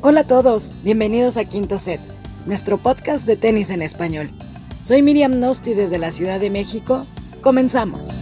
Hola a todos, bienvenidos a Quinto Set, nuestro podcast de tenis en español. Soy Miriam Nosti desde la Ciudad de México. ¡Comenzamos!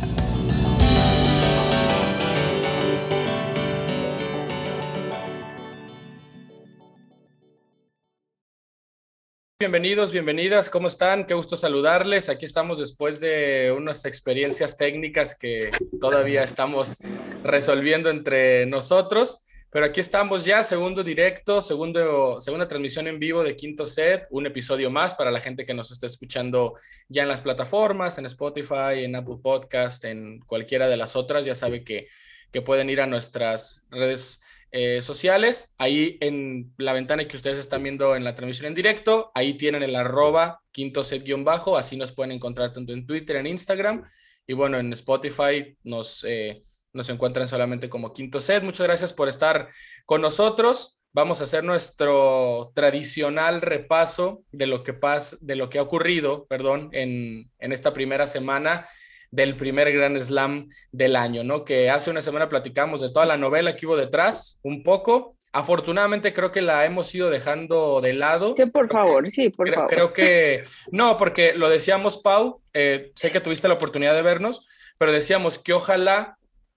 Bienvenidos, bienvenidas, ¿cómo están? Qué gusto saludarles. Aquí estamos después de unas experiencias técnicas que todavía estamos resolviendo entre nosotros, pero aquí estamos ya, segundo directo, segunda transmisión en vivo de Quinto Set, un episodio más para la gente que nos está escuchando ya en las plataformas, en Spotify, en Apple Podcast, en cualquiera de las otras. Ya sabe que pueden ir a nuestras redes sociales, ahí en la ventana que ustedes están viendo en la transmisión en directo, ahí tienen el @quintoset_, así nos pueden encontrar tanto en Twitter, en Instagram, y bueno, en Spotify nos encuentran solamente como Quinto Set. Muchas gracias por estar con nosotros. Vamos a hacer nuestro tradicional repaso de lo que ha ocurrido, en esta primera semana del primer Grand Slam del año, ¿no? Que hace una semana platicamos de toda la novela que hubo detrás, un poco. Afortunadamente creo que la hemos ido dejando de lado. Sí, por favor, sí, por favor. Creo que, no, porque lo decíamos, Pau, sé que tuviste la oportunidad de vernos, pero decíamos que ojalá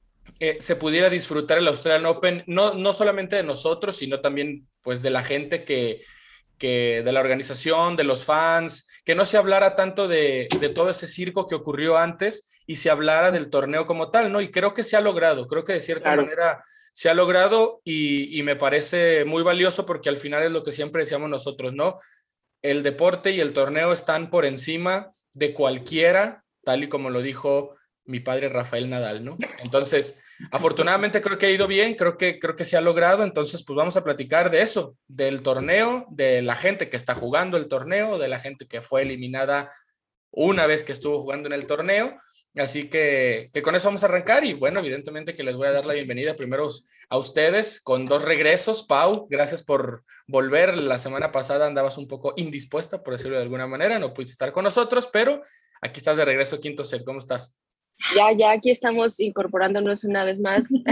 se pudiera disfrutar el Australian Open, no solamente de nosotros, sino también pues de la gente que de la organización, de los fans, que no se hablara tanto de todo ese circo que ocurrió antes y se hablara del torneo como tal, ¿no? Y creo que se ha logrado, creo que de cierta manera se ha logrado y me parece muy valioso porque al final es lo que siempre decíamos nosotros, ¿no? El deporte y el torneo están por encima de cualquiera, tal y como lo dijo mi padre Rafael Nadal, ¿no? Entonces, afortunadamente creo que ha ido bien, creo que se ha logrado. Entonces pues vamos a platicar de eso, del torneo, de la gente que está jugando el torneo, de la gente que fue eliminada una vez que estuvo jugando en el torneo. Así que con eso vamos a arrancar y bueno, evidentemente que les voy a dar la bienvenida primero a ustedes con dos regresos. Pau, gracias por volver. La semana pasada andabas un poco indispuesta, por decirlo de alguna manera, no pudiste estar con nosotros, pero aquí estás de regreso, Quinto Set. ¿Cómo estás? Ya aquí estamos incorporándonos una vez más. Sí.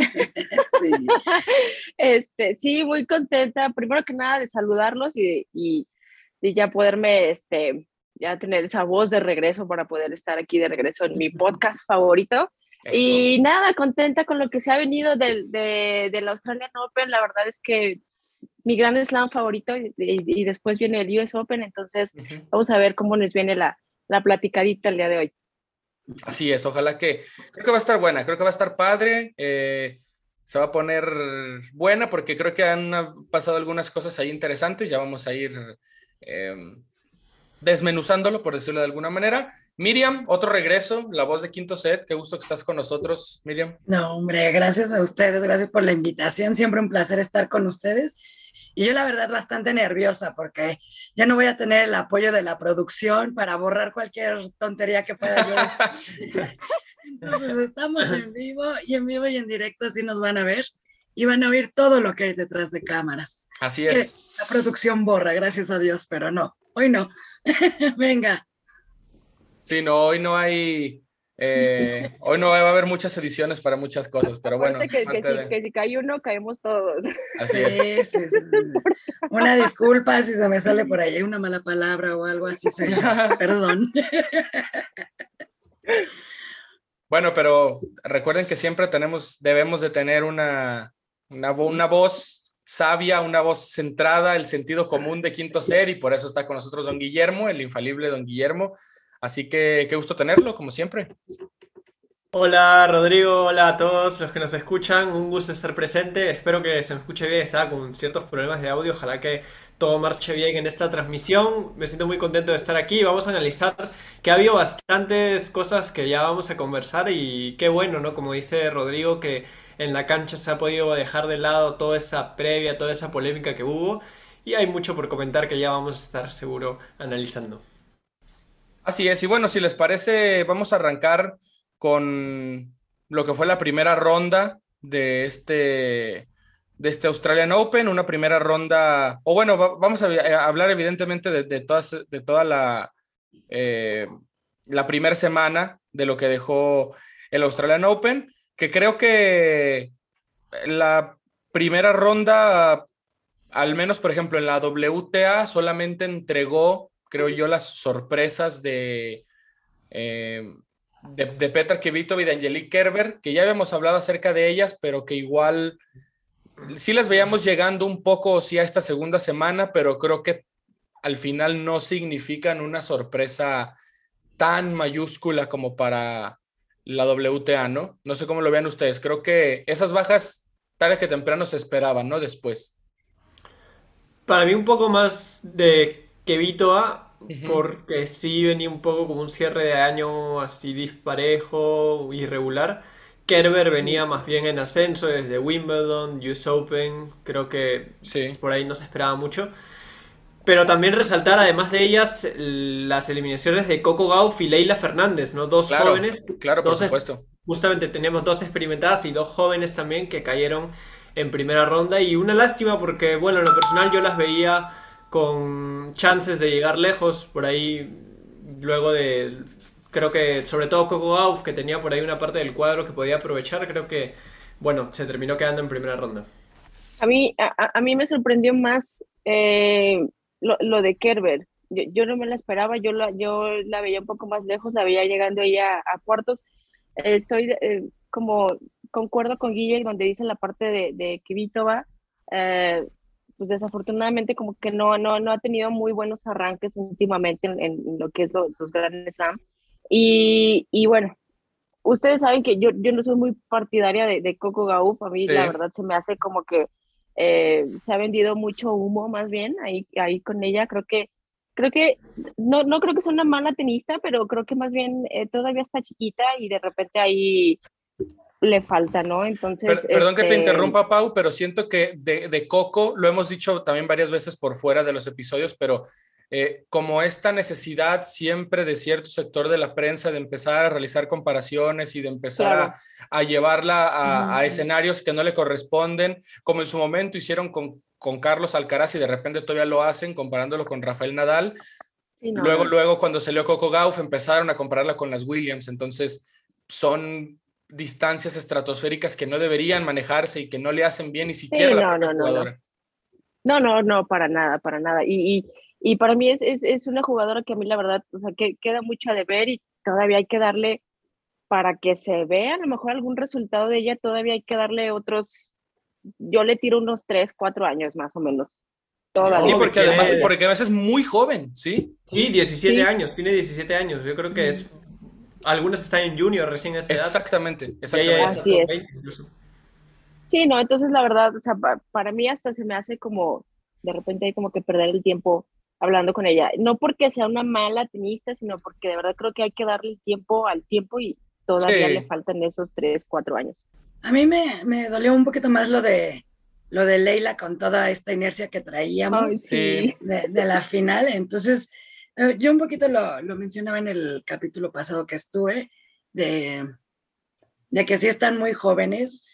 Sí, muy contenta, primero que nada de saludarlos y ya poderme, ya tener esa voz de regreso para poder estar aquí de regreso en mi podcast favorito. Eso. Y nada, contenta con lo que se ha venido del Australian Open. La verdad es que mi Grand Slam favorito y después viene el US Open, entonces vamos a ver cómo nos viene la platicadita el día de hoy. Así es, ojalá creo que va a estar buena, creo que va a estar padre, se va a poner buena porque creo que han pasado algunas cosas ahí interesantes, ya vamos a ir desmenuzándolo, por decirlo de alguna manera. Miriam, otro regreso, la voz de Quinto Set, qué gusto que estás con nosotros, Miriam. No, hombre, gracias a ustedes, gracias por la invitación, siempre un placer estar con ustedes. Y yo la verdad bastante nerviosa porque ya no voy a tener el apoyo de la producción para borrar cualquier tontería que pueda yo. Entonces estamos en vivo y en directo así nos van a ver y van a oír todo lo que hay detrás de cámaras. Así es. Que la producción borra, gracias a Dios, pero no, hoy no. Venga. Sí, no, hoy no hay... hoy no va a haber muchas ediciones para muchas cosas, pero bueno. Que si cae uno, caemos todos. Así es. Sí. Una disculpa si se me sale por ahí una mala palabra o algo así, soy yo. Perdón. Bueno, pero recuerden que siempre debemos de tener una voz sabia, una voz centrada, el sentido común de Quinto Set, y por eso está con nosotros don Guillermo, el infalible don Guillermo. Así que qué gusto tenerlo, como siempre. Hola Rodrigo, hola a todos los que nos escuchan, un gusto estar presente, espero que se me escuche bien, estaba con ciertos problemas de audio, ojalá que todo marche bien en esta transmisión, me siento muy contento de estar aquí, vamos a analizar que ha habido bastantes cosas que ya vamos a conversar y qué bueno, ¿no? Como dice Rodrigo, que en la cancha se ha podido dejar de lado toda esa previa, toda esa polémica que hubo y hay mucho por comentar que ya vamos a estar seguro analizando. Así es, y bueno, si les parece, vamos a arrancar con lo que fue la primera ronda de este Australian Open, una primera ronda, o bueno, vamos a hablar evidentemente de toda la primera semana de lo que dejó el Australian Open, que creo que la primera ronda al menos, por ejemplo, en la WTA solamente entregó, creo yo, las sorpresas de Petra Kvitova y de Angelique Kerber, que ya habíamos hablado acerca de ellas, pero que igual sí las veíamos llegando un poco sí a esta segunda semana, pero creo que al final no significan una sorpresa tan mayúscula como para la WTA, ¿no? No sé cómo lo vean ustedes. Creo que esas bajas tarde que temprano se esperaban, ¿no? Después. Para mí un poco más de que Vitoa, Ujú. porque sí venía un poco como un cierre de año así disparejo, irregular. Kerber venía más bien en ascenso desde Wimbledon, US Open, creo que Sí, por ahí no se esperaba mucho. Pero también resaltar, además de ellas, las eliminaciones de Coco Gauff y Leila Fernández, ¿no? Dos claro, jóvenes, claro, por supuesto. justamente teníamos dos experimentadas y dos jóvenes también que cayeron en primera ronda. Y una lástima porque, bueno, en lo personal yo las veía con chances de llegar lejos, por ahí, luego de, creo que sobre todo Coco Gauff, que tenía por ahí una parte del cuadro que podía aprovechar, creo que, bueno, se terminó quedando en primera ronda. A mí me sorprendió más lo de Kerber. Yo no me la esperaba, yo la veía un poco más lejos, la veía llegando ella a cuartos. Estoy como, concuerdo con Guille donde dice la parte de Kvitova, eh, pues desafortunadamente como que no ha tenido muy buenos arranques últimamente en lo que es los Grand Slam. Y bueno, ustedes saben que yo no soy muy partidaria de Coco Gauff, a mí la Sí. verdad se me hace como que se ha vendido mucho humo más bien ahí con ella, creo que no creo que sea una mala tenista, pero creo que más bien todavía está chiquita y de repente ahí le falta, ¿no? Entonces, Perdón que te interrumpa, Pau, pero siento que de Coco, lo hemos dicho también varias veces por fuera de los episodios, pero como esta necesidad siempre de cierto sector de la prensa de empezar a realizar comparaciones y de empezar claro, a llevarla a Ujú. escenarios que no le corresponden, como en su momento hicieron con Carlos Alcaraz y de repente todavía lo hacen comparándolo con Rafael Nadal. sí, no. Luego cuando salió Coco Gauff empezaron a compararla con las Williams, entonces son distancias estratosféricas que no deberían manejarse y que no le hacen bien ni siquiera Sí, a la no, propia no, no, no. jugadora. No, para nada, para nada. Y para mí es una jugadora que a mí la verdad, o sea, que queda mucho a deber y todavía hay que darle, para que se vea a lo mejor algún resultado de ella, todavía hay que darle otros, yo le tiro unos 3, 4 años más o menos, Sí, todavía, No, tiene, porque además es muy joven, ¿sí? sí, 17 sí, años, tiene 17 años. Yo creo que es, algunas están en junior recién a esa edad. Exactamente, Ya ya exactamente. está así top es. 20 incluso. Sí, no, entonces la verdad, o sea, para mí hasta se me hace como, de repente hay como que perder el tiempo hablando con ella. No porque sea una mala tenista, sino porque de verdad creo que hay que darle el tiempo al tiempo y todavía le Sí, faltan esos 3, 4 años. A mí me dolió un poquito más lo de Leila con toda esta inercia que Ay, traíamos sí. sí, de la final. Entonces, yo un poquito lo mencionaba en el capítulo pasado que estuve, de, de que sí están muy jóvenes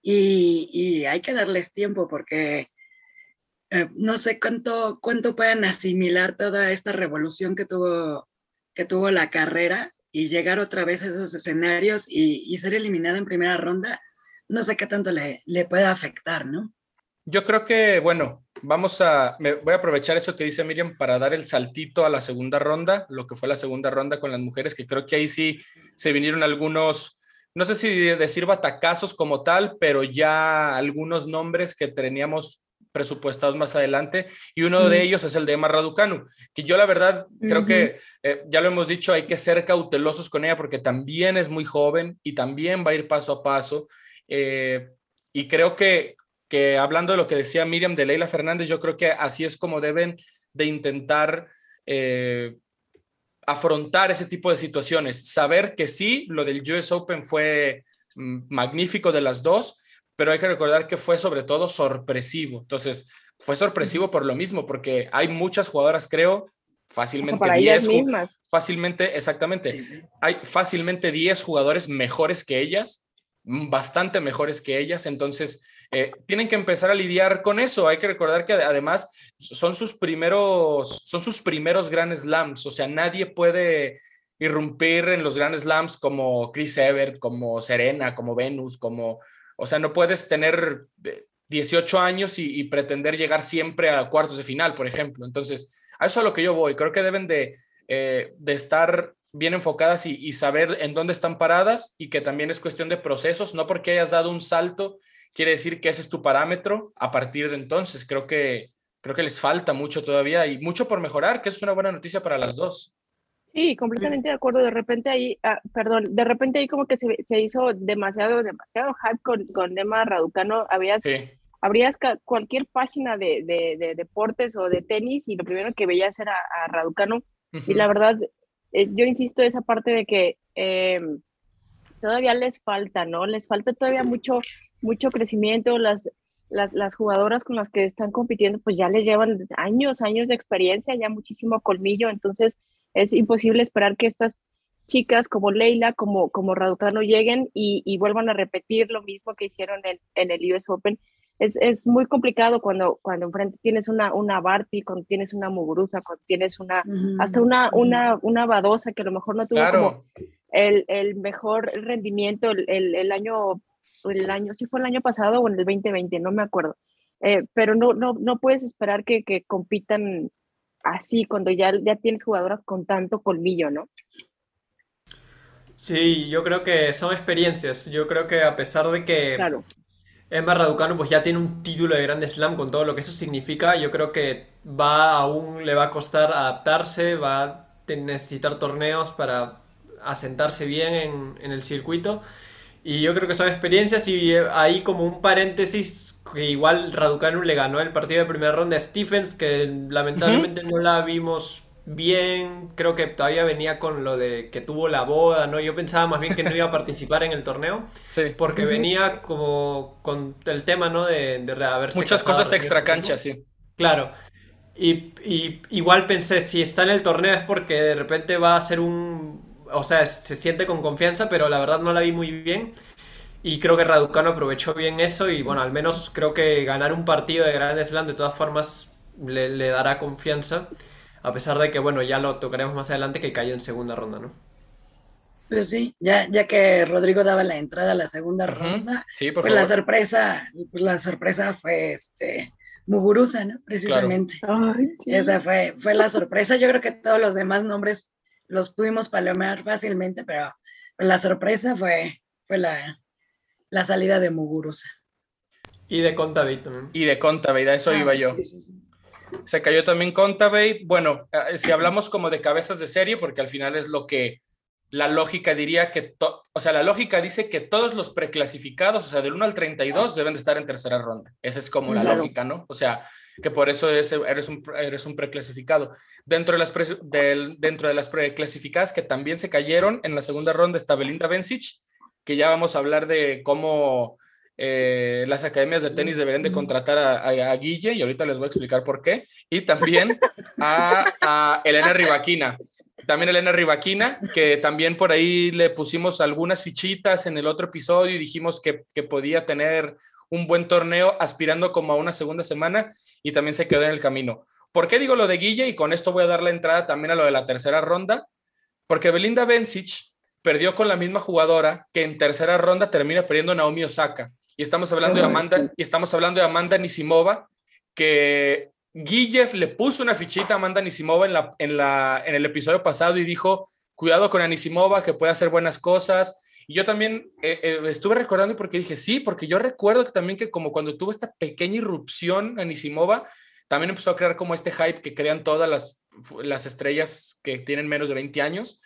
y hay que darles tiempo porque no sé cuánto puedan asimilar toda esta revolución que tuvo la carrera y llegar otra vez a esos escenarios y ser eliminada en primera ronda, no sé qué tanto le puede afectar, ¿no? yo creo que, bueno, voy a aprovechar eso que dice Miriam para dar el saltito a la segunda ronda, lo que fue la segunda ronda con las mujeres, que creo que ahí sí se vinieron algunos, no sé si decir batacazos como tal, pero ya algunos nombres que teníamos presupuestados más adelante, y uno de Mm, ellos es el de Emma Raducanu, que yo la verdad creo ujú. que, ya lo hemos dicho, hay que ser cautelosos con ella porque también es muy joven y también va a ir paso a paso. eh, y creo que hablando de lo que decía Miriam de Leila Fernández, yo creo que así es como deben de intentar afrontar ese tipo de situaciones. Saber que sí, lo del US Open fue magnífico de las dos, pero hay que recordar que fue sobre todo sorpresivo. Entonces, fue sorpresivo por lo mismo, porque hay muchas jugadoras, creo, Hasta fácilmente para ellas 10, mismas. fácilmente, exactamente, Sí, sí. hay fácilmente 10 jugadores mejores que ellas, bastante mejores que ellas, entonces tienen que empezar a lidiar con eso. Hay que recordar que además son sus primeros Grand Slams, o sea, nadie puede irrumpir en los Grand Slams como Chris Evert, como Serena, como Venus, como, o sea, no puedes tener 18 años y pretender llegar siempre a cuartos de final, por ejemplo. Entonces, a eso es a lo que yo voy. Creo que deben de estar bien enfocadas y saber en dónde están paradas, y que también es cuestión de procesos. No porque hayas dado un salto quiere decir que ese es tu parámetro a partir de entonces. Creo que les falta mucho todavía y mucho por mejorar, que es una buena noticia para las dos. Sí, completamente de acuerdo. De repente ahí, perdón, de repente ahí como que se hizo demasiado hype con Emma Raducanu. Sí. Abrías cualquier página de deportes o de tenis y lo primero que veías era a Raducanu. Y la verdad, yo insisto esa parte de que todavía les falta, ¿no? Les falta todavía mucho crecimiento. Las jugadoras con las que están compitiendo, pues ya les llevan años de experiencia, ya muchísimo colmillo. Entonces es imposible esperar que estas chicas como Leila, como Raducanu lleguen y vuelvan a repetir lo mismo que hicieron en el US Open. Es muy complicado cuando enfrente tienes una Barty, cuando tienes una Muguruza, cuando tienes hasta una Badosa que a lo mejor no tuvo como el mejor rendimiento el año, si fue el año pasado o en el 2020, no me acuerdo. Pero no puedes esperar que compitan así cuando ya tienes jugadoras con tanto colmillo, ¿no? Sí, yo creo que son experiencias. Yo creo que a pesar de que Claro. Emma Raducanu pues ya tiene un título de Grand Slam con todo lo que eso significa, yo creo que aún le va a costar adaptarse, va a necesitar torneos para asentarse bien en el circuito. Y yo creo que son experiencias y ahí como un paréntesis que igual Raducanu le ganó el partido de primera ronda a Stephens, que lamentablemente no la vimos bien, creo que todavía venía con lo de que tuvo la boda, ¿no? Yo pensaba más bien que no iba a participar en el torneo, Sí. porque venía como con el tema, ¿no? De haberse Muchas casado cosas recién extra hace tiempo. cancha, sí. Claro, y igual pensé, si está en el torneo es porque de repente va a ser o sea, se siente con confianza, pero la verdad no la vi muy bien. Y creo que Raducanu aprovechó bien eso y bueno, al menos creo que ganar un partido de Grand Slam de todas formas le dará confianza, a pesar de que bueno, ya lo tocaremos más adelante que cayó en segunda ronda, ¿no? Pues sí, ya que Rodrigo daba la entrada a la segunda ronda, Sí, por pues favor. la sorpresa fue Muguruza, ¿no? Precisamente. Ay, sí. Esa fue la sorpresa. Yo creo que todos los demás nombres los pudimos palomear fácilmente, pero la sorpresa fue la salida de Muguruza. Y de Contavit también. Y de Kontaveit, a eso iba yo. Sí. Se cayó también Kontaveit. Bueno, si hablamos como de cabezas de serie, porque al final es lo que la lógica diría o sea, la lógica dice que todos los preclasificados, o sea, del 1 al 32 deben de estar en tercera ronda. Esa es como la Claro. lógica, ¿no? O sea, que por eso eres un preclasificado. Dentro de las preclasificadas que también se cayeron en la segunda ronda está Belinda Bencic, que ya vamos a hablar de cómo las academias de tenis deberían de contratar a Guille, y ahorita les voy a explicar por qué. Y también a Elena Rybakina. También Elena Rybakina, que también por ahí le pusimos algunas fichitas en el otro episodio y dijimos que podía tener un buen torneo aspirando como a una segunda semana, y también se quedó en el camino. ¿Por qué digo lo de Guille? Y con esto voy a dar la entrada también a lo de la tercera ronda, porque Belinda Bencic perdió con la misma jugadora que en tercera ronda termina perdiendo Naomi Osaka. Y estamos hablando de Amanda Anisimova, que Guille le puso una fichita a Amanda Anisimova en el episodio pasado y dijo, cuidado con Anisimova, que puede hacer buenas cosas. Y yo también estuve recordando porque dije, sí, porque yo recuerdo que también que como cuando tuvo esta pequeña irrupción Anisimova, también empezó a crear como este hype que crean todas las estrellas que tienen menos de 20 años.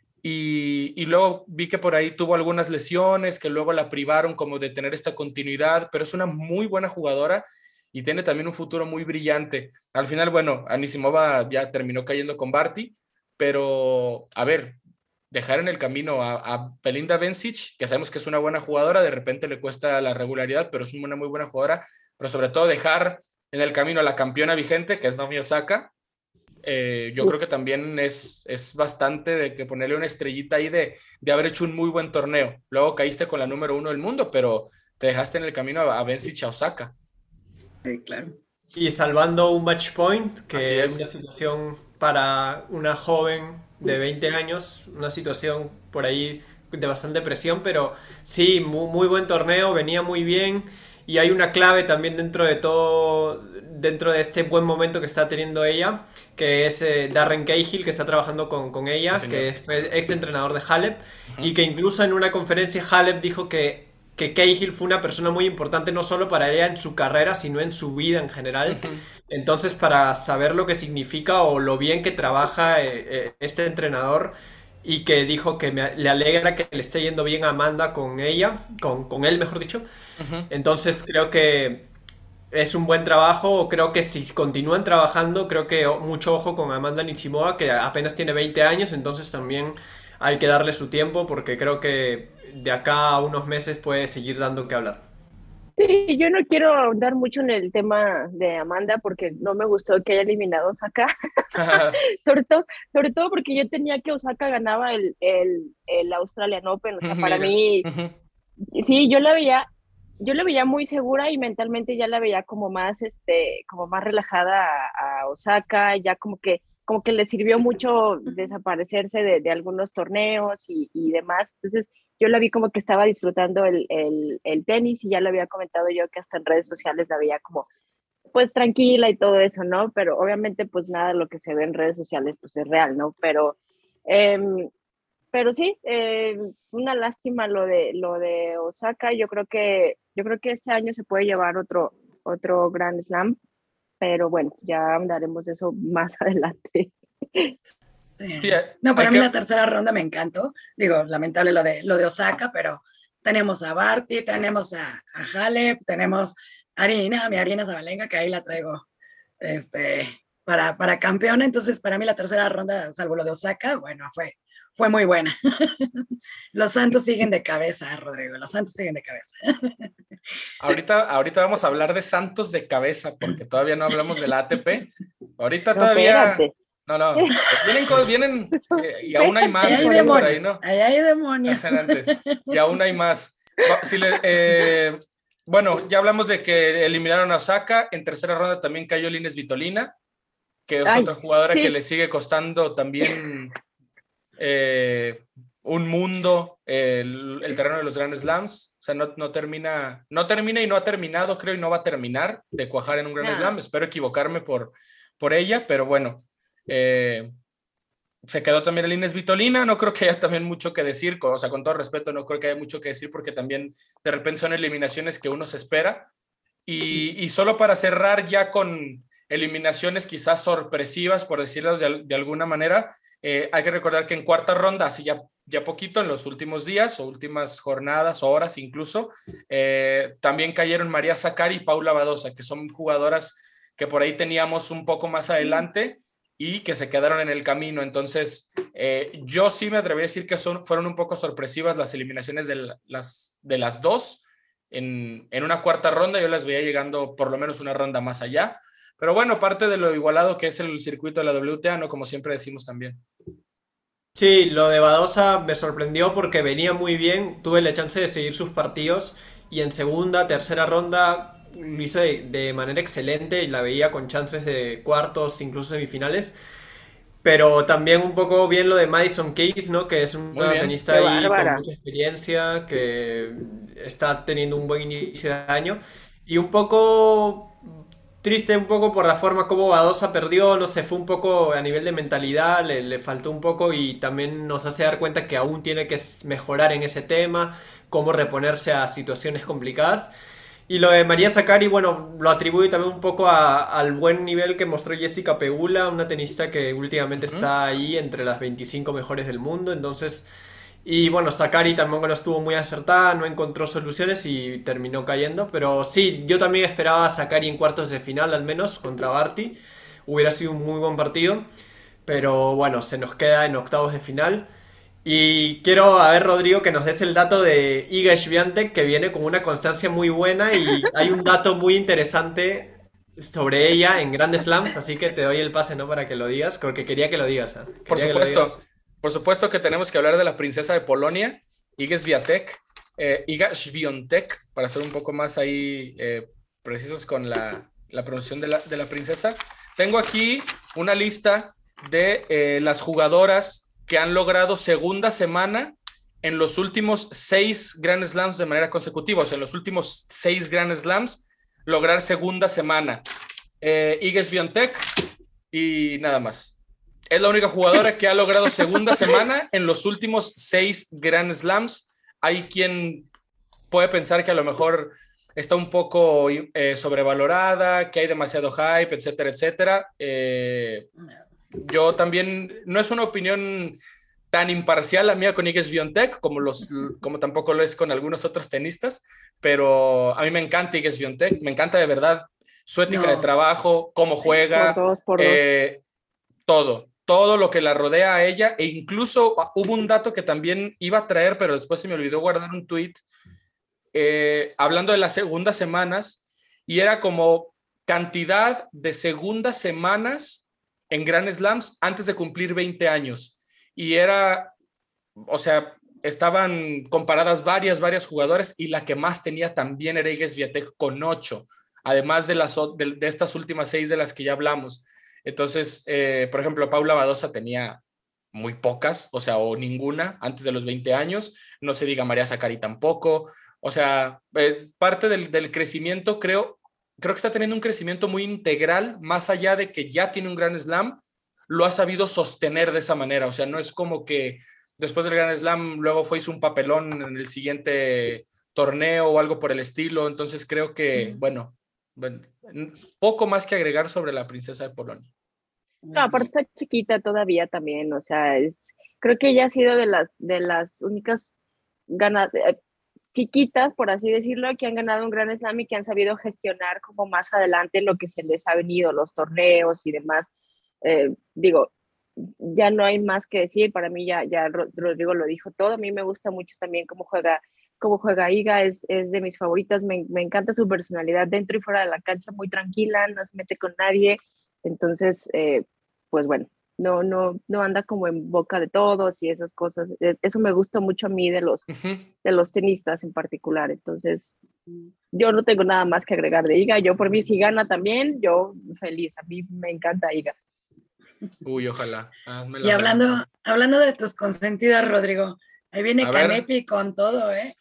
Y luego vi que por ahí tuvo algunas lesiones que luego la privaron como de tener esta continuidad, pero es una muy buena jugadora y tiene también un futuro muy brillante. Al final, bueno, Anisimova ya terminó cayendo con Barty, pero a ver, dejar en el camino a Belinda Bencic, que sabemos que es una buena jugadora, de repente le cuesta la regularidad, pero es una muy buena jugadora, pero sobre todo dejar en el camino a la campeona vigente, que es Naomi Osaka. Yo creo que también es bastante de que ponerle una estrellita ahí de haber hecho un muy buen torneo. Luego caíste con la número 1 del mundo, pero te dejaste en el camino a Bencic, a Osaka. Sí, claro. Y salvando un match point, Así que es es. una situación para una joven de 20 años, una situación por ahí de bastante presión, pero sí, muy, muy buen torneo, venía muy bien. Y hay una clave también dentro de todo, dentro de este buen momento que está teniendo ella, que es Darren Cahill, que está trabajando con ella, Sí, que señor. es ex entrenador de Halep, Ujú. y que incluso en una conferencia Halep dijo que Cahill fue una persona muy importante no solo para ella en su carrera, sino en su vida en general. Ujú. Entonces, para saber lo que significa o lo bien que trabaja este entrenador y que dijo que le alegra que le esté yendo bien a Amanda con ella, con él, mejor dicho. Ujú. Entonces, creo que es un buen trabajo. Creo que si continúan trabajando, creo que mucho ojo con Amanda Nishimura, que apenas tiene 20 años, entonces también hay que darle su tiempo porque creo que de acá a unos meses puede seguir dando que hablar. Sí, yo no quiero ahondar mucho en el tema de Amanda porque no me gustó que haya eliminado a Osaka, sobre todo, sobre todo porque yo tenía que Osaka ganaba el Australian Open, o sea, para Mira. mí, Ujú. sí, yo la veía muy segura y mentalmente ya la veía como más, como más relajada a Osaka, ya como que le sirvió mucho desaparecerse de algunos torneos y demás. Entonces, yo la vi como que estaba disfrutando el tenis y ya lo había comentado yo que hasta en redes sociales la veía como pues tranquila y todo eso, ¿no? Pero obviamente pues nada de lo que se ve en redes sociales pues es real, ¿no? Em, pero sí, una lástima lo de Osaka. Yo creo que este año se puede llevar otro Grand Slam, pero bueno, ya hablaremos de eso más adelante. Sí, Sí. No, hay para mí que... la tercera ronda me encantó. Digo, lamentable lo de Osaka, pero tenemos a Barty, tenemos a Halep, tenemos a Arina, mi Arina Zabalenka, que ahí la traigo para campeona. Entonces, para mí la tercera ronda, salvo lo de Osaka, bueno, fue muy buena. Los Santos siguen de cabeza, Rodrigo, los Santos siguen de cabeza. Ahorita vamos a hablar de Santos de cabeza, porque todavía no hablamos de la ATP. Ahorita No, todavía... espérate. No, no. Vienen y aún hay Espérate, Allá más, hay dicen por Rodrigo. ahí, demonios, ¿no? allá hay demonios. Hacen antes. Y aún hay más. Bueno, ya hablamos de que eliminaron a Osaka. En tercera ronda también cayó Lines Vitolina, que es Ay, otra jugadora que sí, le sigue costando también un mundo el terreno de los Grand Slams. O sea, no termina y no ha terminado, creo, y no va a terminar de cuajar en un Grand no. Slam. Espero equivocarme por ella, pero bueno. Se quedó también el Inés Vitolina, no creo que haya también mucho que decir, o sea, con todo respeto, no creo que haya mucho que decir porque también de repente son eliminaciones que uno se espera. Y solo para cerrar ya con eliminaciones quizás sorpresivas, por decirlo de alguna manera, hay que recordar que en cuarta ronda, así ya poquito, en los últimos días o últimas jornadas, horas incluso, también cayeron María Sakkari y Paula Badosa, que son jugadoras que por ahí teníamos un poco más adelante y que se quedaron en el camino. Entonces, yo sí me atrevería a decir que fueron un poco sorpresivas las eliminaciones de las dos. En una cuarta ronda yo las veía llegando por lo menos una ronda más allá. Pero bueno, parte de lo igualado que es el circuito de la WTA, ¿no? Como siempre decimos también. Sí, lo de Badosa me sorprendió porque venía muy bien, tuve la chance de seguir sus partidos y en segunda, tercera ronda lo hizo de manera excelente y la veía con chances de cuartos, incluso semifinales. Pero también un poco bien lo de Madison Keys, ¿no? Que es Muy una bien. tenista Qué ahí con bárbara. mucha experiencia, que está teniendo un buen inicio de año. Y un poco triste, un poco por la forma como Badosa perdió, no sé, fue un poco a nivel de mentalidad, le faltó un poco y también nos hace dar cuenta que aún tiene que mejorar en ese tema, cómo reponerse a situaciones complicadas. Y lo de María Sakkari, bueno, lo atribuyo también un poco al buen nivel que mostró Jessica Pegula, una tenista que últimamente Uh-huh. está ahí entre las 25 mejores del mundo. Entonces, y bueno, Sakkari tampoco no estuvo muy acertada, no encontró soluciones y terminó cayendo. Pero sí, yo también esperaba a Sakkari en cuartos de final, al menos, contra Barty. Hubiera sido un muy buen partido. Pero bueno, se nos queda en octavos de final. Y quiero, a ver, Rodrigo, que nos des el dato de Iga Swiatek, que viene con una constancia muy buena y hay un dato muy interesante sobre ella en Grand Slams, así que te doy el pase, ¿no? Para que lo digas, porque quería que lo digas, ¿eh? Por Quería que lo digas. supuesto. Por supuesto que tenemos que hablar de la princesa de Polonia, Iga Swiatek, para ser un poco más ahí precisos con la pronunciación de la princesa. Tengo aquí una lista de las jugadoras que han logrado segunda semana en los últimos 6 Grand Slams de manera consecutiva, o sea, en los últimos 6 Grand Slams, lograr segunda semana. Iga Swiatek y nada más. Es la única jugadora que ha logrado segunda semana en los últimos 6 Grand Slams. Hay quien puede pensar que a lo mejor está un poco sobrevalorada, que hay demasiado hype, etcétera, etcétera. Yo también, no es una opinión tan imparcial la mía con Iga Swiatek como tampoco lo es con algunos otros tenistas, pero a mí me encanta Iga Swiatek, me encanta de verdad su ética de trabajo, cómo juega, por dos. todo lo que la rodea a ella, e incluso hubo un dato que también iba a traer, pero después se me olvidó guardar un tweet, hablando de las segundas semanas, y era como cantidad de segundas semanas en Grand Slams antes de cumplir 20 años. Y era, o sea, estaban comparadas varias jugadoras, y la que más tenía también era Iga Swiatek con 8, además de estas últimas 6 de las que ya hablamos. Entonces, por ejemplo, Paula Badosa tenía muy pocas, o sea, o ninguna antes de los 20 años, no se diga María Sakkari tampoco, o sea, es parte del crecimiento, creo que está teniendo un crecimiento muy integral, más allá de que ya tiene un Grand Slam, lo ha sabido sostener de esa manera, o sea, no es como que después del Grand Slam luego hizo un papelón en el siguiente torneo o algo por el estilo, entonces creo que, bueno, poco más que agregar sobre la princesa de Polonia. No, aparte está chiquita todavía también, o sea, creo que ella ha sido de las únicas chiquitas, por así decirlo, que han ganado un Grand Slam y que han sabido gestionar como más adelante lo que se les ha venido, los torneos y demás. Digo, ya no hay más que decir, para mí ya Rodrigo lo dijo todo, a mí me gusta mucho también cómo juega Iga, es de mis favoritas, me encanta su personalidad dentro y fuera de la cancha, muy tranquila, no se mete con nadie, entonces, pues bueno, no anda como en boca de todos y esas cosas, eso me gusta mucho a mí de los tenistas en particular, entonces yo no tengo nada más que agregar de Iga, yo por mí si gana también, yo feliz, a mí me encanta Iga. Uy, ojalá. Y hablando de tus consentidas, Rodrigo, ahí viene Kanepi con todo, ¿eh?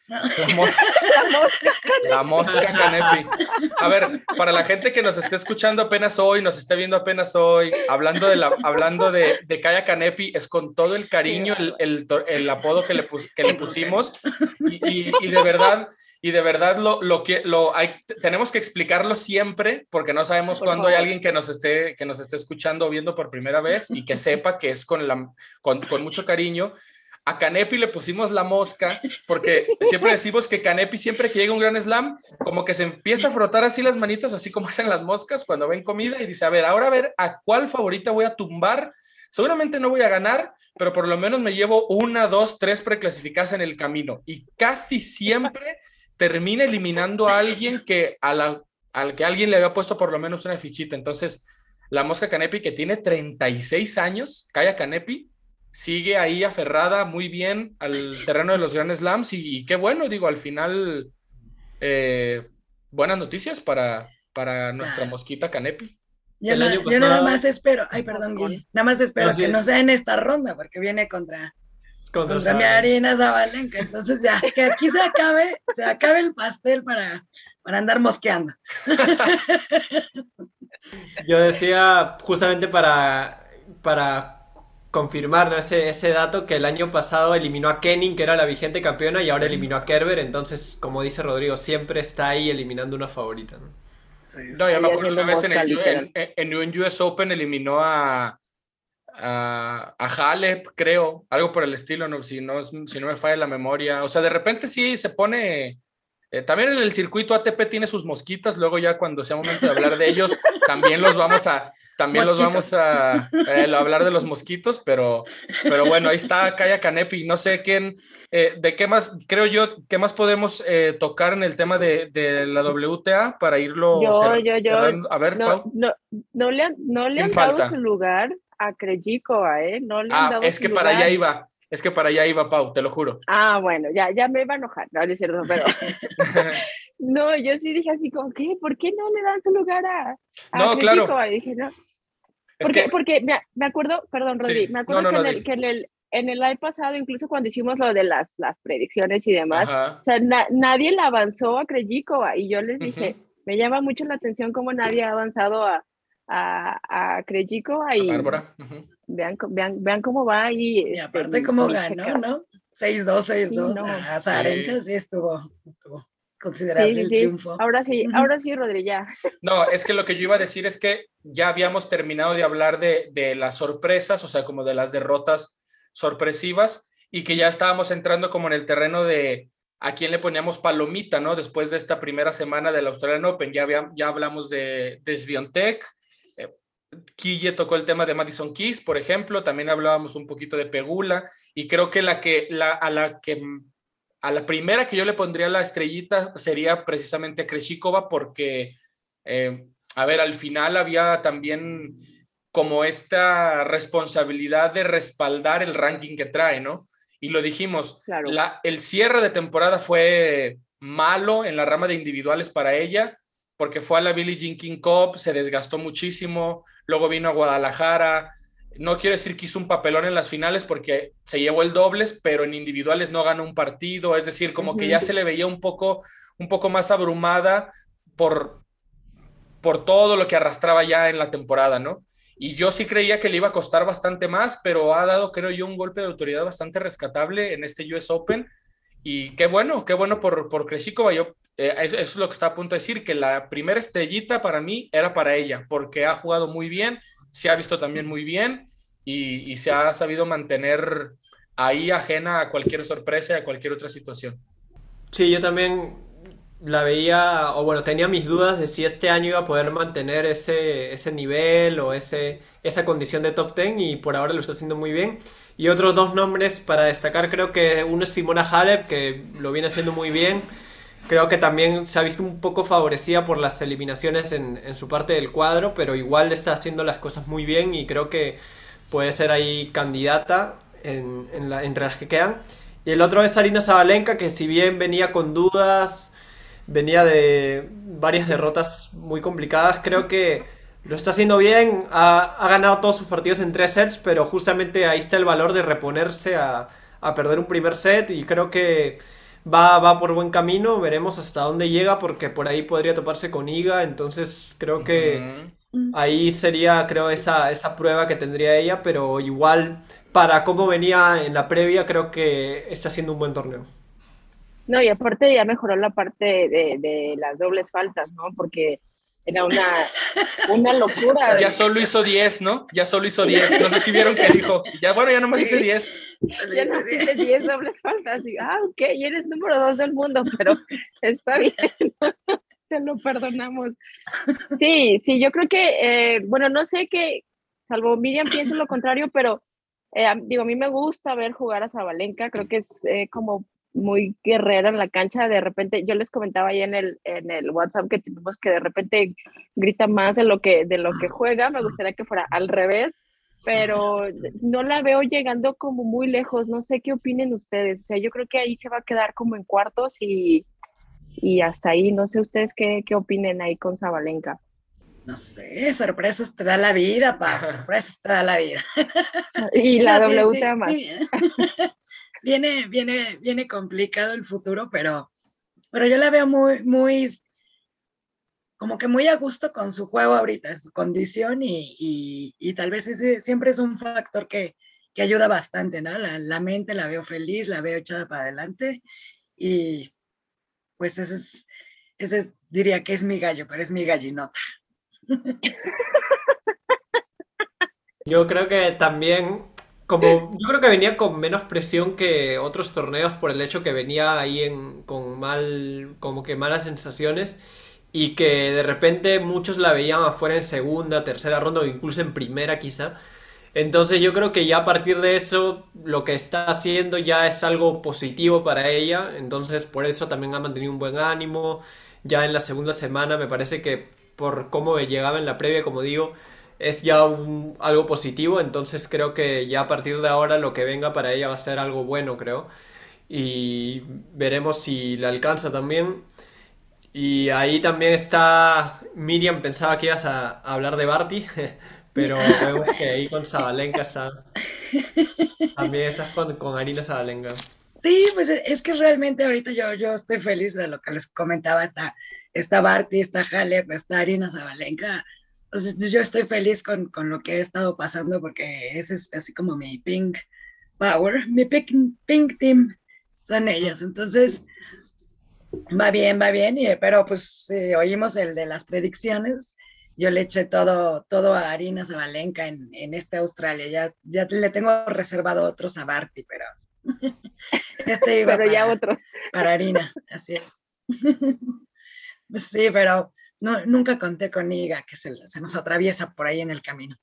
La mosca Kanepi. A ver, para la gente que nos esté escuchando apenas hoy, nos esté viendo apenas hoy, hablando de Kaya Kanepi, es con todo el cariño el apodo que le pusimos, y de verdad... Y de verdad tenemos que explicarlo siempre, porque no sabemos cuándo hay alguien que nos esté escuchando o viendo por primera vez y que sepa que es con mucho cariño. A Kanepi le pusimos la mosca, porque siempre decimos que Kanepi, siempre que llega un Grand Slam, como que se empieza a frotar así las manitas, así como hacen las moscas cuando ven comida, y dice, a ver a cuál favorita voy a tumbar. Seguramente no voy a ganar, pero por lo menos me llevo 1, 2, 3 preclasificadas en el camino. Y casi siempre termina eliminando a alguien al que alguien le había puesto por lo menos una fichita. Entonces, la mosca Kanepi, que tiene 36 años, Kaya Kanepi, sigue ahí aferrada muy bien al terreno de los Grand Slams, y qué bueno, digo, al final, buenas noticias para nuestra mosquita Kanepi. Yo nada más espero, perdón, Guille, nada más espero que no sea en esta ronda, porque viene contra mi Aryna Sabalenka, entonces ya, que aquí se acabe el pastel para andar mosqueando. Yo decía justamente para confirmar, ¿no? ese dato, que el año pasado eliminó a Kenin, que era la vigente campeona, y ahora eliminó a Kerber, entonces, como dice Rodrigo, siempre está ahí eliminando una favorita, ¿no? No, ya me acuerdo una vez en un US Open eliminó a Halep, creo, algo por el estilo, ¿no? Si no me falla la memoria. O sea, de repente sí se pone... también en el circuito ATP tiene sus mosquitas, luego ya cuando sea momento de hablar de ellos, también los vamos a hablar de los mosquitos, pero bueno, ahí está Kaya Kanepi. No sé de qué más, creo yo, qué más podemos tocar en el tema de la WTA para irlo cerrando. A ver, Pau. No le han dado su lugar a Krejcikova, ¿eh? No le han dado es que para allá iba. Es que para allá iba, Pau, te lo juro. Bueno, ya me iba a enojar, no es cierto, pero... No, yo sí dije así como, ¿qué? ¿Por qué no le dan su lugar a no, Krejcikova? claro. Y dije, no. Porque me acuerdo, perdón, Rodri, sí. Me acuerdo que en en el live pasado, incluso cuando hicimos lo de las predicciones y demás, Ajá. o sea, nadie la avanzó a Krejcikova y yo les dije, Ujú. me llama mucho la atención cómo nadie ha avanzado a Krejcikova A y Bárbara. Ujú. vean cómo va Y aparte mi, cómo mi ganó, checa. ¿no? 6-2, Sí, 6-2 no. a Sí. Zarenka, sí estuvo Sí, considerable sí, el sí. triunfo. Ahora sí, Rodri, ya. No, es que lo que yo iba a decir es que ya habíamos terminado de hablar de las sorpresas, o sea, como de las derrotas sorpresivas, y que ya estábamos entrando como en el terreno de a quién le poníamos palomita, ¿no? Después de esta primera semana del Australian Open, ya hablamos de Swiatek, eh, Quille tocó el tema de Madison Keys, por ejemplo, también hablábamos un poquito de Pegula, y creo que a la primera que yo le pondría la estrellita sería precisamente Krejcikova porque, a ver, al final había también como esta responsabilidad de respaldar el ranking que trae, ¿no? Y lo dijimos, Claro. el cierre de temporada fue malo en la rama de individuales para ella, porque fue a la Billie Jean King Cup, se desgastó muchísimo, luego vino a Guadalajara, no quiero decir que hizo un papelón en las finales porque se llevó el dobles, pero en individuales no ganó un partido, es decir, como que ya se le veía un poco más abrumada por, por todo lo que arrastraba ya en la temporada, ¿no? Y yo sí creía que le iba a costar bastante más, pero ha dado, creo yo, un golpe de autoridad bastante rescatable en este US Open. Y qué bueno por Krejcikova. Eso es lo que está a punto de decir, que la primera estrellita para mí era para ella, porque ha jugado muy bien, se ha visto también muy bien y se ha sabido mantener ahí ajena a cualquier sorpresa y a cualquier otra situación. Sí, yo también la veía, o bueno, tenía mis dudas de si este año iba a poder mantener ese nivel o esa condición de top 10 y por ahora lo está haciendo muy bien. Y otros dos nombres para destacar, creo que uno es Simona Halep, que lo viene haciendo muy bien. Creo que también se ha visto un poco favorecida por las eliminaciones en su parte del cuadro, pero igual está haciendo las cosas muy bien y creo que puede ser ahí candidata entre las que quedan. Y el otro es Arina Sabalenka, que si bien venía con dudas, venía de varias derrotas muy complicadas, creo que lo está haciendo bien, ha ganado todos sus partidos en 3 sets, pero justamente ahí está el valor de reponerse a perder un primer set y creo que va por buen camino, veremos hasta dónde llega porque por ahí podría toparse con Iga, entonces creo que Uh-huh. ahí sería, creo, esa prueba que tendría ella, pero igual para cómo venía en la previa, creo que está haciendo un buen torneo. No, y aparte ya mejoró la parte de las dobles faltas, ¿no? Porque era una locura. Ya solo hizo 10, ¿no? Ya solo hizo 10. No sé si vieron que dijo, ya bueno, ya nomás hice 10. Ya no hice 10 dobles faltas. Y, ok, y eres número 2 del mundo, pero está bien. Te lo perdonamos. Sí, sí, yo creo que, bueno, no sé qué, salvo Miriam piensa lo contrario, pero digo, a mí me gusta ver jugar a Sabalenka, creo que es como muy guerrera en la cancha, de repente, yo les comentaba ahí en el WhatsApp que tenemos que de repente grita más de lo que juega, me gustaría que fuera al revés, pero no la veo llegando como muy lejos, no sé qué opinen ustedes, o sea, yo creo que ahí se va a quedar como en cuartos y hasta ahí, no sé ustedes qué opinen ahí con Sabalenka. No sé, sorpresas te da la vida, Pau, sorpresas te da la vida. Y la No, sí, WTA más. sí. Viene complicado el futuro, pero yo la veo como que muy a gusto con su juego ahorita, su condición y tal vez ese siempre es un factor que ayuda bastante, ¿no? La mente la veo feliz, la veo echada para adelante y pues ese diría que es mi gallo, pero es mi gallinota. Yo creo que también, yo creo que venía con menos presión que otros torneos por el hecho que venía ahí como que malas sensaciones y que de repente muchos la veían afuera en segunda, tercera ronda o incluso en primera quizá. Entonces yo creo que ya a partir de eso lo que está haciendo ya es algo positivo para ella, entonces por eso también ha mantenido un buen ánimo. Ya en la segunda semana me parece que por cómo llegaba en la previa, como digo, es ya algo positivo, entonces creo que ya a partir de ahora lo que venga para ella va a ser algo bueno, creo. Y veremos si la alcanza también. Y ahí también está Miriam, pensaba que ibas a hablar de Barty, pero vemos que ahí con Sabalenka también estás con Arina Sabalenka. Sí, pues es que realmente ahorita yo estoy feliz de lo que les comentaba, está Barty, está Halep, está Arina Zabalenka. Entonces yo estoy feliz con lo que he estado pasando porque ese es así como mi pink power, mi pink team son ellas. Entonces va bien, pero pues oímos el de las predicciones. Yo le eché todo a Arina Zabalenka en este Australia. Ya le tengo reservado otros a Barty, pero este iba Pero ya otros. para Arina, así es. Sí, pero nunca conté con Iga, que se nos atraviesa por ahí en el camino.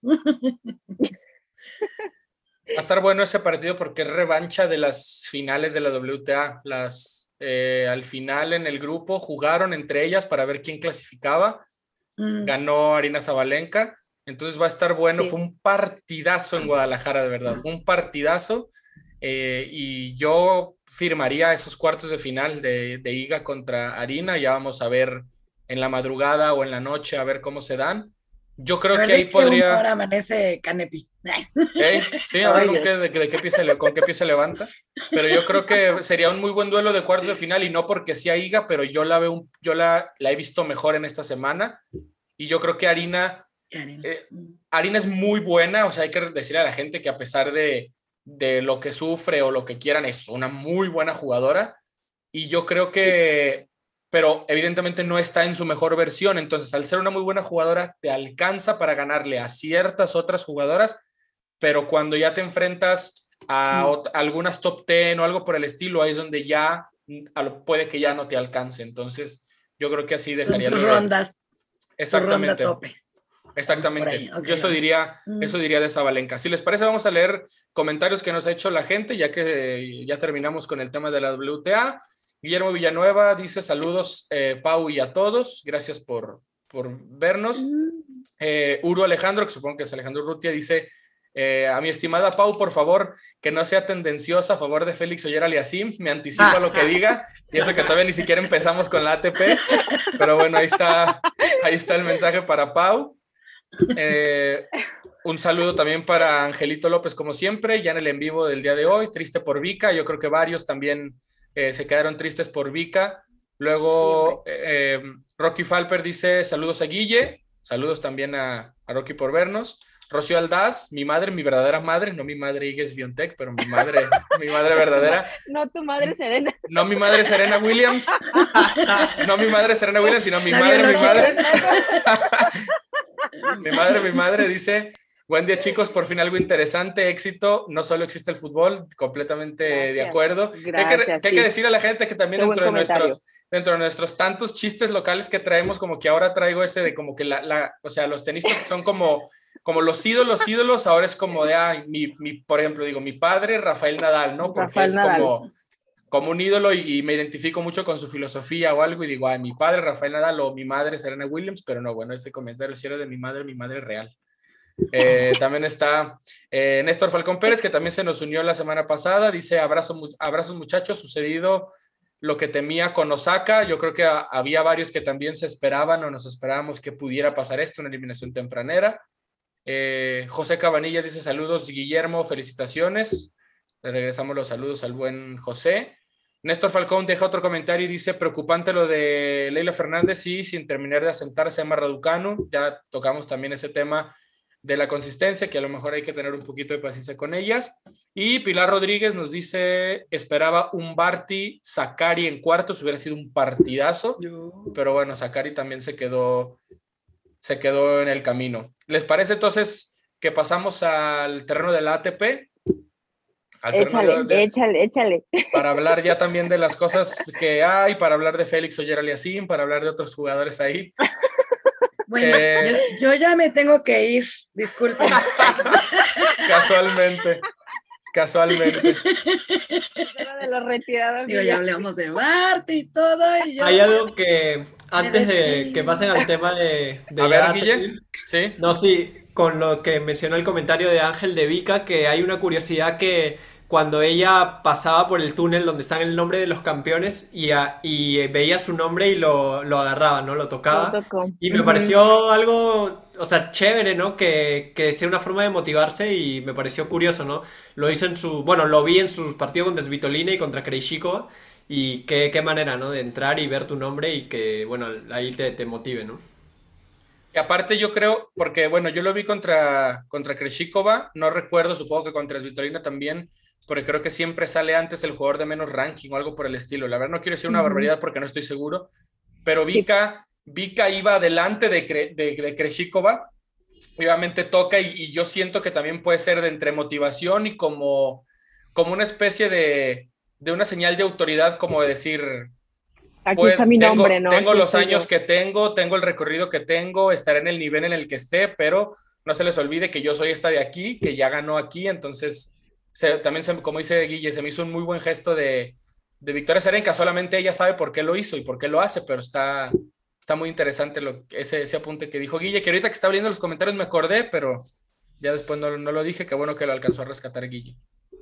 Va a estar bueno ese partido porque es revancha de las finales de la WTA. Al final en el grupo jugaron entre ellas para ver quién clasificaba. Ganó Arina Zabalenka. Entonces va a estar bueno. Sí. Fue un partidazo en Guadalajara, de verdad. Fue un partidazo. Y yo firmaría esos cuartos de final de Iga contra Arina. Ya vamos a ver en la madrugada o en la noche a ver cómo se dan. Yo creo que ahí podría... Ahora amanece Canepi. Sí, a ver con qué pie se levanta. Pero yo creo que sería un muy buen duelo de cuartos de final, y no porque sea Iga, pero yo la he visto mejor en esta semana. Y yo creo que Arina es muy buena. O sea, hay que decirle a la gente que a pesar de lo que sufre o lo que quieran, es una muy buena jugadora. Y yo creo que... pero evidentemente no está en su mejor versión. Entonces, al ser una muy buena jugadora, te alcanza para ganarle a ciertas otras jugadoras, pero cuando ya te enfrentas a algunas top 10 o algo por el estilo, ahí es donde ya puede que ya no te alcance. Entonces, yo creo que así dejaría sus rondas. Exactamente. Ronda tope. Exactamente. Okay, yo eso diría de Zabalenka. Si les parece, vamos a leer comentarios que nos ha hecho la gente, ya que ya terminamos con el tema de la WTA. Guillermo Villanueva dice: saludos, Pau, y a todos, gracias por vernos. Uru Alejandro, que supongo que es Alejandro Urrutia, dice: a mi estimada Pau, por favor, que no sea tendenciosa a favor de Félix Auger-Aliassime. Me anticipo a lo que diga, y eso que todavía ni siquiera empezamos con la ATP, pero bueno, ahí está el mensaje para Pau. Un saludo también para Angelito López, como siempre, ya en el en vivo del día de hoy. Triste por Vika, yo creo que varios también se quedaron tristes por Vika. Luego Rocky Falper dice: saludos a Guille, saludos también a Rocky por vernos. Rocío Aldaz: mi madre, mi verdadera madre, no mi madre Igues Biontech, pero mi madre verdadera. No tu madre Serena. No mi madre Serena Williams. No mi madre Serena Williams, sino mi madre. Mi madre dice: buen día, chicos, por fin algo interesante, éxito, no solo existe el fútbol, completamente de acuerdo. Gracias, hay que decir a la gente que también dentro de nuestros tantos chistes locales que traemos, como que ahora traigo ese de como que o sea, los tenistas que son como los ídolos, ahora es como de, por ejemplo, digo, mi padre Rafael Nadal, ¿no? Porque Rafael Nadal. Como un ídolo y me identifico mucho con su filosofía o algo, y digo, mi padre Rafael Nadal o mi madre Serena Williams, pero no, bueno, este comentario sí era de mi madre real. También está Néstor Falcón Pérez, que también se nos unió la semana pasada, dice: abrazos muchachos, sucedido lo que temía con Osaka. Yo creo que había varios que también se esperaban o nos esperábamos que pudiera pasar esto, una eliminación tempranera. José Cabanillas dice: saludos Guillermo, felicitaciones. Le regresamos los saludos al buen José. Néstor Falcón deja otro comentario y dice: preocupante lo de Leila Fernández, sí, sin terminar de asentarse a Emma Raducanu. Ya tocamos también ese tema de la consistencia, que a lo mejor hay que tener un poquito de paciencia con ellas. Y Pilar Rodríguez nos dice: esperaba un Barty Sakkari en cuartos, hubiera sido un partidazo, pero bueno, Sakkari también se quedó en el camino. ¿Les parece entonces que pasamos al terreno de la ATP? Échale. Para hablar ya también de las cosas que hay, para hablar de Félix Auger-Aliassime, para hablar de otros jugadores ahí. Bueno, yo ya me tengo que ir, disculpen. Casualmente. De los retirados. Digo, ya hablamos de Barty y todo. Hay algo que, antes de que pasen al tema de a ver, Guille. ¿Sí? No, sí, con lo que mencionó el comentario de Ángel de Vika, que hay una curiosidad que cuando ella pasaba por el túnel donde están el nombre de los campeones y veía su nombre y lo agarraba, ¿no? Lo tocaba. Y me pareció algo, o sea, chévere, ¿no? Que sea una forma de motivarse y me pareció curioso, ¿no? Lo hizo bueno, lo vi en sus partidos contra Svitolina y contra Krejcikova y qué manera, ¿no? De entrar y ver tu nombre y que, bueno, ahí te motive, ¿no? Y aparte yo creo, porque bueno, yo lo vi contra Krejcikova, no recuerdo, supongo que contra Svitolina también, porque creo que siempre sale antes el jugador de menos ranking o algo por el estilo. La verdad no quiero decir una barbaridad porque no estoy seguro, pero Sí. Vika iba adelante de Krejcikova, y obviamente toca y yo siento que también puede ser de entre motivación y como una especie de una señal de autoridad, como de decir, Aquí está mi nombre, ¿no? tengo Aquí los estoy años yo. que tengo el recorrido que tengo, estaré en el nivel en el que esté, pero no se les olvide que yo soy esta de aquí, que ya ganó aquí, entonces como dice Guille, se me hizo un muy buen gesto de Victoria Azarenka, solamente ella sabe por qué lo hizo y por qué lo hace, pero está muy interesante ese apunte que dijo Guille, que ahorita que estaba viendo los comentarios me acordé, pero ya después no lo dije, qué bueno que lo alcanzó a rescatar Guille.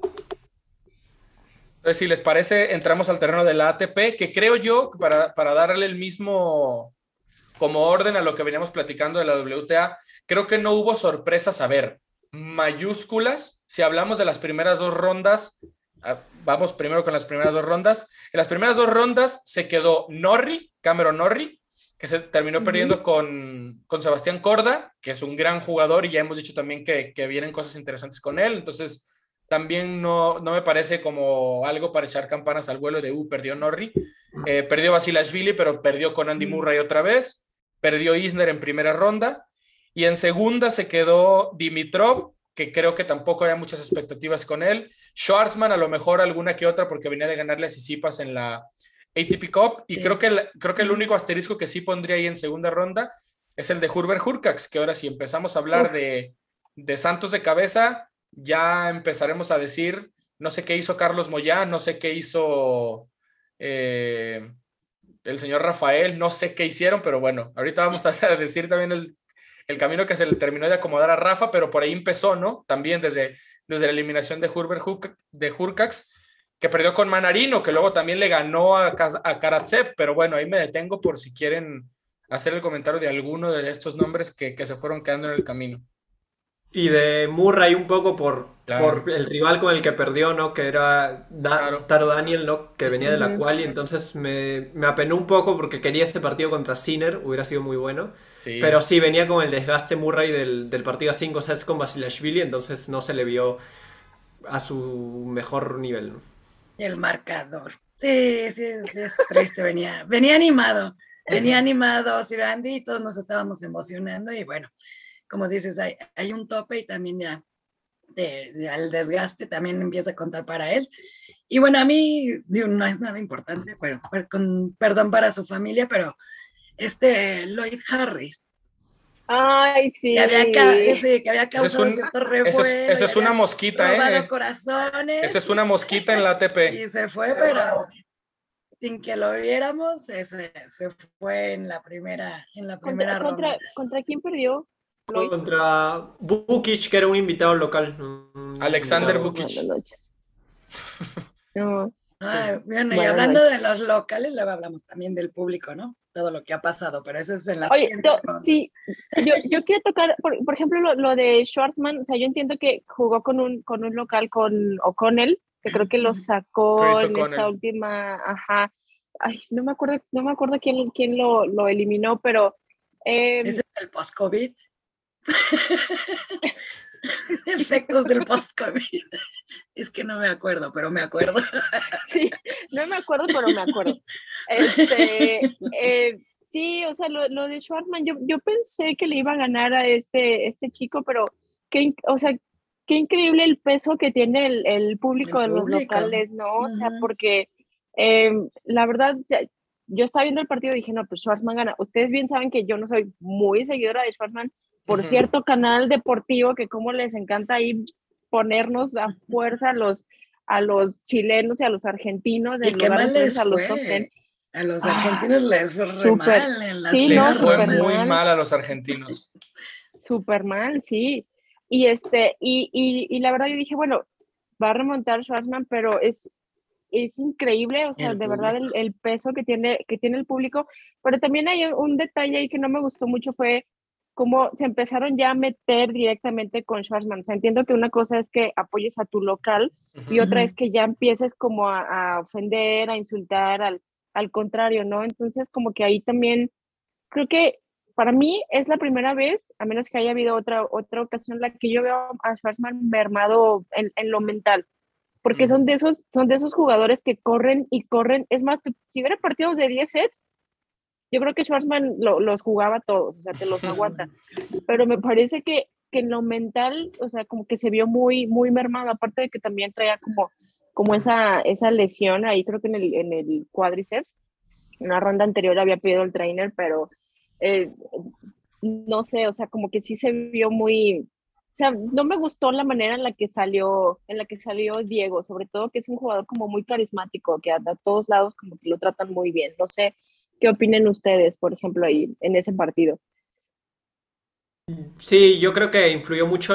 Entonces, si les parece, entramos al terreno de la ATP, que creo yo, para darle el mismo como orden a lo que veníamos platicando de la WTA, creo que no hubo sorpresas, a ver, mayúsculas. Si hablamos de las primeras dos rondas, vamos primero con las primeras dos rondas. En las primeras dos rondas se quedó Cameron Norrie, que se terminó perdiendo con Sebastián Corda, que es un gran jugador y ya hemos dicho también que vienen cosas interesantes con él. Entonces, también no me parece como algo para echar campanas al vuelo de perdió Norrie. Perdió Basilashvili, pero perdió con Andy Murray otra vez. Perdió Isner en primera ronda. Y en segunda se quedó Dimitrov, que creo que tampoco había muchas expectativas con él. Schwartzman, a lo mejor alguna que otra, porque venía de ganarle a Tsitsipas en la ATP Cup. Y sí, creo que el único asterisco que sí pondría ahí en segunda ronda es el de Hubert Hurkacz, que ahora si empezamos a hablar de santos de cabeza, ya empezaremos a decir, no sé qué hizo Carlos Moyá, no sé qué hizo el señor Rafael, no sé qué hicieron, pero bueno, ahorita vamos a decir también el camino que se le terminó de acomodar a Rafa, pero por ahí empezó, ¿no? También desde la eliminación de Hurkacz, que perdió con Manarino, que luego también le ganó a Karatsev, pero bueno, ahí me detengo por si quieren hacer el comentario de alguno de estos nombres que se fueron quedando en el camino. Y de Murray un poco Claro. por el rival con el que perdió, ¿no? Que era Claro. Taro Daniel, ¿no? Que venía de la quali, entonces me apenó un poco porque quería ese partido contra Sinner, hubiera sido muy bueno. Sí. Pero sí, venía con el desgaste Murray del partido a 5 sets con Basilashvili, entonces no se le vio a su mejor nivel, ¿no? El marcador. Sí, es triste, venía animado, Sir Andy, y todos nos estábamos emocionando y bueno, como dices, hay un tope y también ya el desgaste también empieza a contar para él. Y bueno, a mí no es nada importante, pero con perdón para su familia, pero Lloyd Harris. Ay, sí. Que había causado cierto revuelo. Esa es una mosquita, robado corazones. Esa es una mosquita en la ATP. Y se fue, pero sin que lo viéramos, se fue en la primera ronda. ¿Contra quién perdió? Lloyd. Contra Bukic, que era un invitado local. Alexander Bukic. No. Bueno, y hablando de los locales, luego hablamos también del público, ¿no? Todo lo que ha pasado, pero eso es en la sí, yo quiero tocar, por ejemplo, lo de Schwartzman, o sea, yo entiendo que jugó con un local con O'Connell, que creo que lo sacó en esta última, ay, no me acuerdo quién lo eliminó, pero ese es el post-COVID. Efectos del post-COVID. Es que no me acuerdo, pero me acuerdo. Sí, no me acuerdo, pero me acuerdo. Sí, o sea, lo de Schwartzman, yo pensé que le iba a ganar a este chico, pero qué increíble el peso que tiene el público de los locales, ¿no? O sea, porque la verdad, yo estaba viendo el partido y dije, no, pues Schwartzman gana. Ustedes bien saben que yo no soy muy seguidora de Schwartzman por cierto canal deportivo que como les encanta ahí ponernos a fuerza a los chilenos y a los argentinos. ¿Y qué mal les fue? A los argentinos les fue re mal en las les fue muy mal a los argentinos. Súper mal, sí. Y la verdad yo dije, bueno, va a remontar Schwartzman, pero es increíble, o sea, de verdad el peso que tiene el público, pero también hay un detalle ahí que no me gustó mucho, fue cómo se empezaron ya a meter directamente con Schwarzman. O sea, entiendo que una cosa es que apoyes a tu local y otra es que ya empieces como a ofender, a insultar al contrario, ¿no? Entonces, como que ahí también creo que para mí es la primera vez, a menos que haya habido otra ocasión, en la que yo veo a Schwarzman mermado en lo mental, porque son de esos jugadores que corren y corren. Es más, si hubiera partidos de 10 sets, yo creo que Schwarzman los jugaba todos, o sea, te los aguanta. Pero me parece que en lo mental, o sea, como que se vio muy, muy mermado, aparte de que también traía como esa lesión ahí, creo que en el cuádriceps. En una ronda anterior había pedido el trainer, pero no sé, o sea, como que sí se vio muy, o sea, no me gustó la manera en la que salió Diego, sobre todo que es un jugador como muy carismático, que a todos lados como que lo tratan muy bien. No sé qué opinen ustedes, por ejemplo, ahí en ese partido. Sí, yo creo que influyó mucho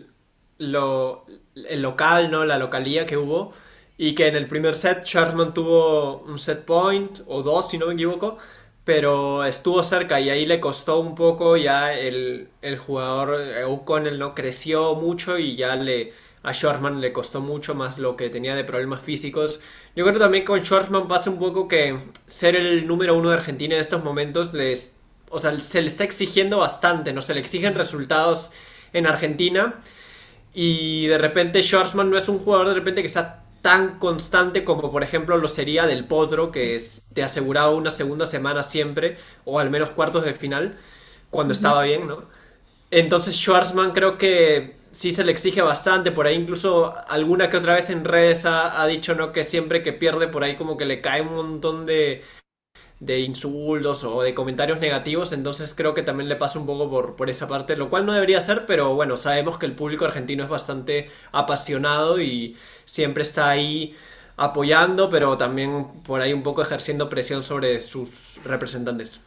el local, ¿no? La localía que hubo. Y que en el primer set Sharman tuvo un set point o dos, si no me equivoco. Pero estuvo cerca y ahí le costó un poco. Ya el jugador O'Connell no creció mucho y ya a Schwarzman le costó mucho más lo que tenía de problemas físicos. Yo creo también con Schwarzman pasa un poco que ser el número uno de Argentina en estos momentos o sea, se le está exigiendo bastante, ¿no? Se le exigen resultados en Argentina y de repente Schwarzman no es un jugador de repente que sea tan constante como por ejemplo lo sería Del Potro, que te aseguraba una segunda semana siempre, o al menos cuartos de final, cuando estaba bien, ¿no? Entonces Schwarzman creo que sí se le exige bastante, por ahí incluso alguna que otra vez en redes ha dicho, ¿no? Que siempre que pierde por ahí como que le cae un montón de insultos o de comentarios negativos, entonces creo que también le pasa un poco por esa parte, lo cual no debería ser, pero bueno, sabemos que el público argentino es bastante apasionado y siempre está ahí apoyando, pero también por ahí un poco ejerciendo presión sobre sus representantes.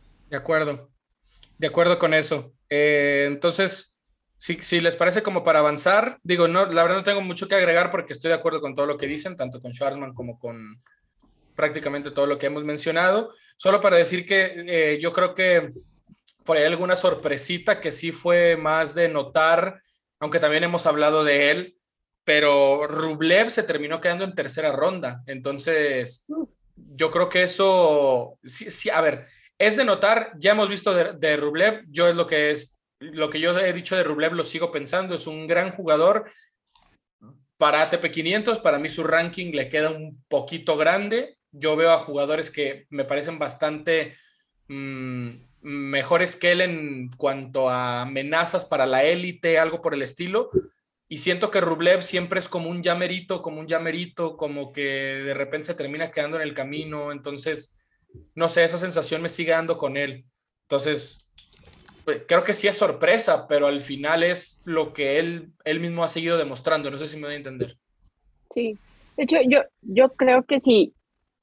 De acuerdo con eso. Entonces, si les parece como para avanzar, digo, no, la verdad no tengo mucho que agregar porque estoy de acuerdo con todo lo que dicen, tanto con Schwarzman como con prácticamente todo lo que hemos mencionado. Solo para decir que yo creo que por ahí alguna sorpresita que sí fue más de notar, aunque también hemos hablado de él, pero Rublev se terminó quedando en tercera ronda. Entonces, yo creo que eso, sí, sí, a ver, es de notar, ya hemos visto de Rublev, yo es lo que yo he dicho de Rublev, lo sigo pensando, es un gran jugador. Para ATP 500, para mí su ranking le queda un poquito grande. Yo veo a jugadores que me parecen bastante mejores que él en cuanto a amenazas para la élite, algo por el estilo. Y siento que Rublev siempre es como un llamerito, como que de repente se termina quedando en el camino. Entonces, no sé, esa sensación me sigue dando con él. Entonces, pues, creo que sí es sorpresa, pero al final es lo que él mismo ha seguido demostrando. No sé si me voy a entender. Sí, de hecho, yo creo que si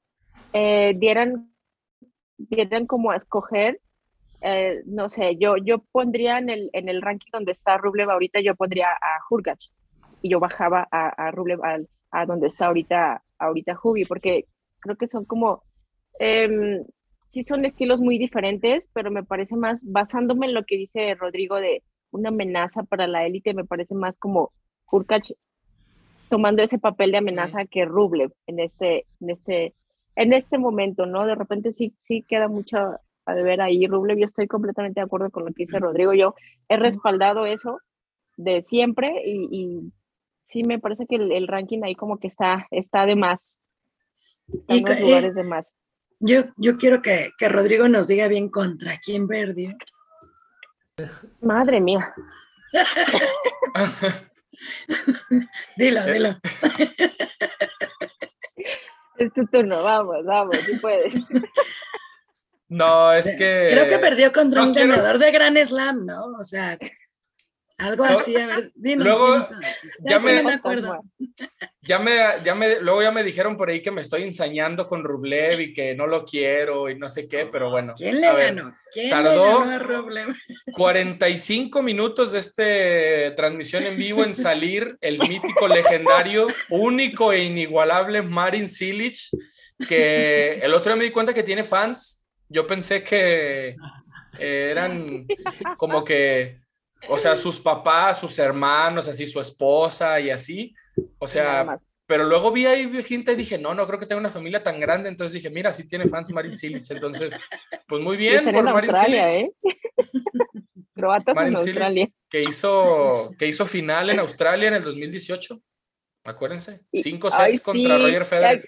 dieran como a escoger, no sé, yo pondría en el ranking donde está Rublev ahorita, yo pondría a Hurkacz y yo bajaba a Rublev a donde está ahorita Hubi, porque creo que son como, em, sí son estilos muy diferentes, pero me parece más, basándome en lo que dice Rodrigo de una amenaza para la élite, me parece más como Hurkacz tomando ese papel de amenaza que Rublev en este momento, ¿no? De repente sí queda mucho a deber ahí Rublev. Yo estoy completamente de acuerdo con lo que dice Rodrigo. Yo he respaldado eso de siempre y sí me parece que el ranking ahí como que está de más, está en unos lugares de más. Yo quiero que Rodrigo nos diga bien contra quién perdió. Madre mía. Dilo. Es tu turno, vamos, sí puedes. No, es que... Creo que perdió contra un ganador de Grand Slam, ¿no? O sea, algo así, a ver, dinos. Luego, ya no me acuerdo. Luego ya me dijeron por ahí que me estoy ensañando con Rublev y que no lo quiero y no sé qué, pero bueno. ¿Quién le ganó? Tardó a Rublev? 45 minutos de esta transmisión en vivo en salir el mítico, legendario, único e inigualable Marin Cilic, que el otro día me di cuenta que tiene fans. Yo pensé que Eran como que, o sea, sus papás, sus hermanos, así, su esposa y así. O Nada sea, más. pero luego vi ahí gente y dije, no creo que tenga una familia tan grande. Entonces dije, mira, sí tiene fans Marin Cilic. Entonces, pues muy Y bien están en por Marin Australia, Cilic. Croatas en Marin Australia. Cilic, que hizo final en Australia en el 2018. Acuérdense, cinco Ay, sets contra sí. Roger Federer.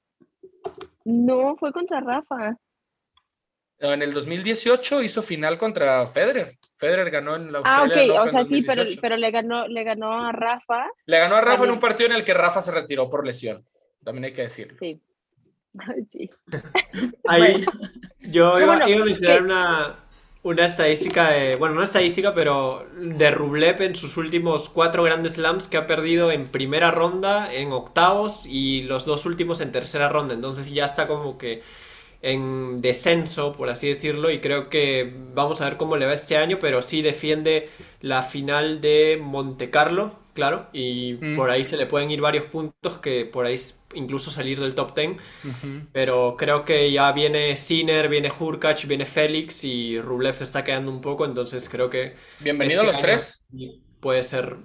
No, fue contra Rafa. En el 2018 hizo final contra Federer. Federer ganó en la Ah, ok, Australian o Open sea, sí, 2018. pero le ganó a Rafa Le ganó a Rafa en un también. partido en el que Rafa se retiró por lesión. También hay que decirlo. Sí. Ay, sí. Ahí Bueno, yo Pero iba, bueno, iba a mencionar ¿qué? una estadística bueno, no estadística, pero de Rublev en sus últimos 4 Grand Slams que ha perdido en primera ronda, en octavos y los 2 últimos en tercera ronda. Entonces ya está como que en descenso, por así decirlo, y creo que vamos a ver cómo le va este año, pero sí defiende la final de Monte Carlo, claro, y por ahí se le pueden ir varios puntos que por ahí incluso salir del top 10, Ujú. pero creo que ya viene Sinner, viene Hurkacz, viene Félix y Rublev se está quedando un poco, entonces creo que Bienvenido a este los año tres. sí puede ser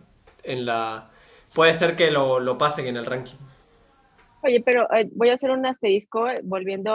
puede ser que lo pasen en el ranking. Oye, pero voy a hacer un asterisco, volviendo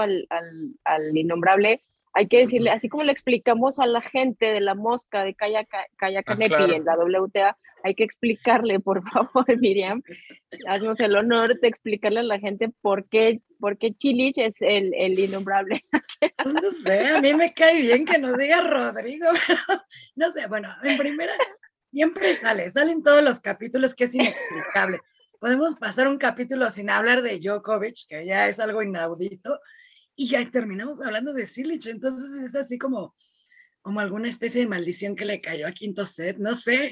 al innombrable. Hay que decirle, así como le explicamos a la gente de la mosca de Kaya Ah, Kanepi en claro. la WTA, hay que explicarle, por favor, Miriam, haznos el honor de explicarle a la gente por qué Chilich es el innombrable. pues no sé, a mí me cae bien que nos diga Rodrigo, pero no sé, bueno, en primera, siempre salen todos los capítulos que es inexplicable. Podemos pasar un capítulo sin hablar de Djokovic, que ya es algo inaudito, y ya terminamos hablando de Cilic, entonces es así como alguna especie de maldición que le cayó a quinto set, no sé.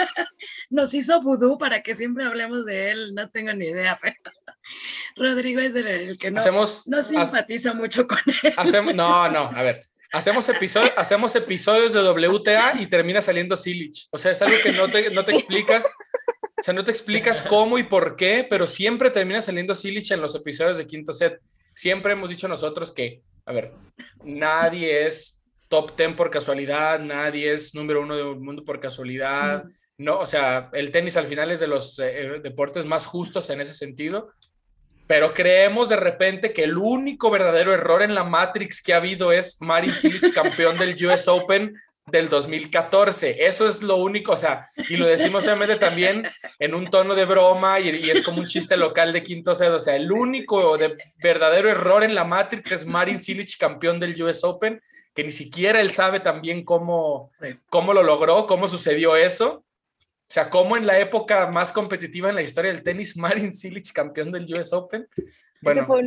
Nos hizo vudú para que siempre hablemos de él, no tengo ni idea, pero Rodrigo es el que Hacemos, no simpatiza mucho con él. no, a ver. Hacemos episodios de WTA y termina saliendo Cilic. O sea, es algo que no te explicas. O sea, no te explicas cómo y por qué, pero siempre termina saliendo Cilic en los episodios de quinto set. Siempre hemos dicho nosotros que, a ver, nadie es top 10 por casualidad, nadie es número 1 del mundo por casualidad. No, o sea, el tenis al final es de los deportes más justos en ese sentido, pero creemos de repente que el único verdadero error en la Matrix que ha habido es Marin Cilic, campeón del US Open del 2014. Eso es lo único, o sea, y lo decimos obviamente también en un tono de broma y es como un chiste local de quinto set. O sea, el único verdadero error en la Matrix es Marin Cilic, campeón del US Open, que ni siquiera él sabe también cómo lo logró, cómo sucedió eso. O sea, cómo en la época más competitiva en la historia del tenis, Marin Cilic, campeón del US Open. Ese Bueno, fue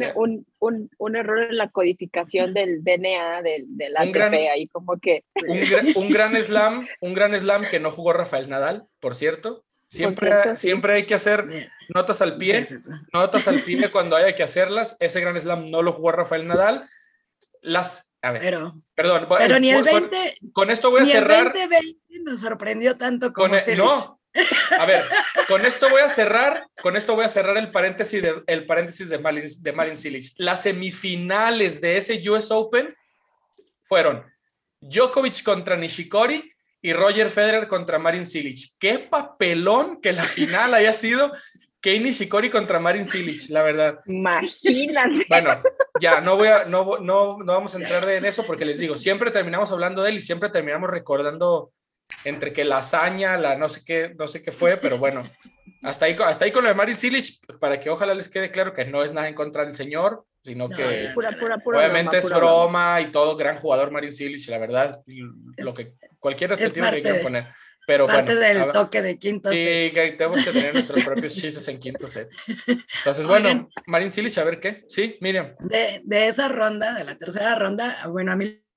un error en la codificación del DNA, del un gran, ATP, ahí como que... un gran slam que no jugó Rafael Nadal, por cierto. Siempre, Por cierto, sí. siempre hay que hacer notas al pie, Sí. notas al pie cuando haya que hacerlas. Ese gran slam no lo jugó Rafael Nadal. A ver, perdón, pero ni el 20, con esto voy a ni cerrar. El 2020 nos sorprendió tanto como Cilic. No, a ver, con esto voy a cerrar el paréntesis de Marin Cilic. Las semifinales de ese US Open fueron Djokovic contra Nishikori y Roger Federer contra Marin Cilic. Qué papelón que la final haya sido Kei Nishikori contra Marin Cilic, la verdad. Imagínate. Bueno, ya no vamos a entrar en eso porque les digo, siempre terminamos hablando de él y siempre terminamos recordando entre que la hazaña, la no sé qué fue, pero bueno, hasta ahí con lo de Marin Cilic, para que ojalá les quede claro que no es nada en contra del señor, sino que Pura obviamente broma, es broma y todo, gran jugador Marin Cilic, la verdad, lo que cualquier adjetivo que quieran poner. Pero parte bueno, del toque de quinto set. Sí, que tenemos que tener nuestros propios chistes en quinto set. Entonces, bueno, oigan, Marin Cilic, a ver qué. Sí, Miriam. De esa ronda, de la tercera ronda, bueno, a mí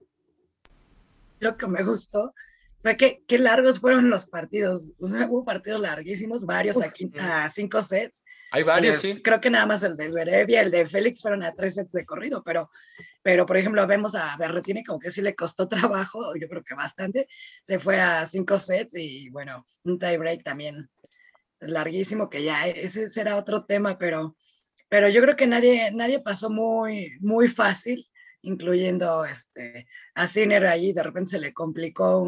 lo que me gustó fue que qué largos fueron los partidos. O sea, hubo partidos larguísimos, varios a 5 sets. Hay varios, sí. Creo que nada más el de Zverev y el de Félix fueron a 3 sets de corrido, pero por ejemplo, vemos a Berrettini como que sí le costó trabajo, yo creo que bastante, se fue a 5 sets y bueno, un tie break también larguísimo, que ya ese será otro tema, pero yo creo que nadie pasó muy, muy fácil incluyendo a Sinner ahí, de repente se le complicó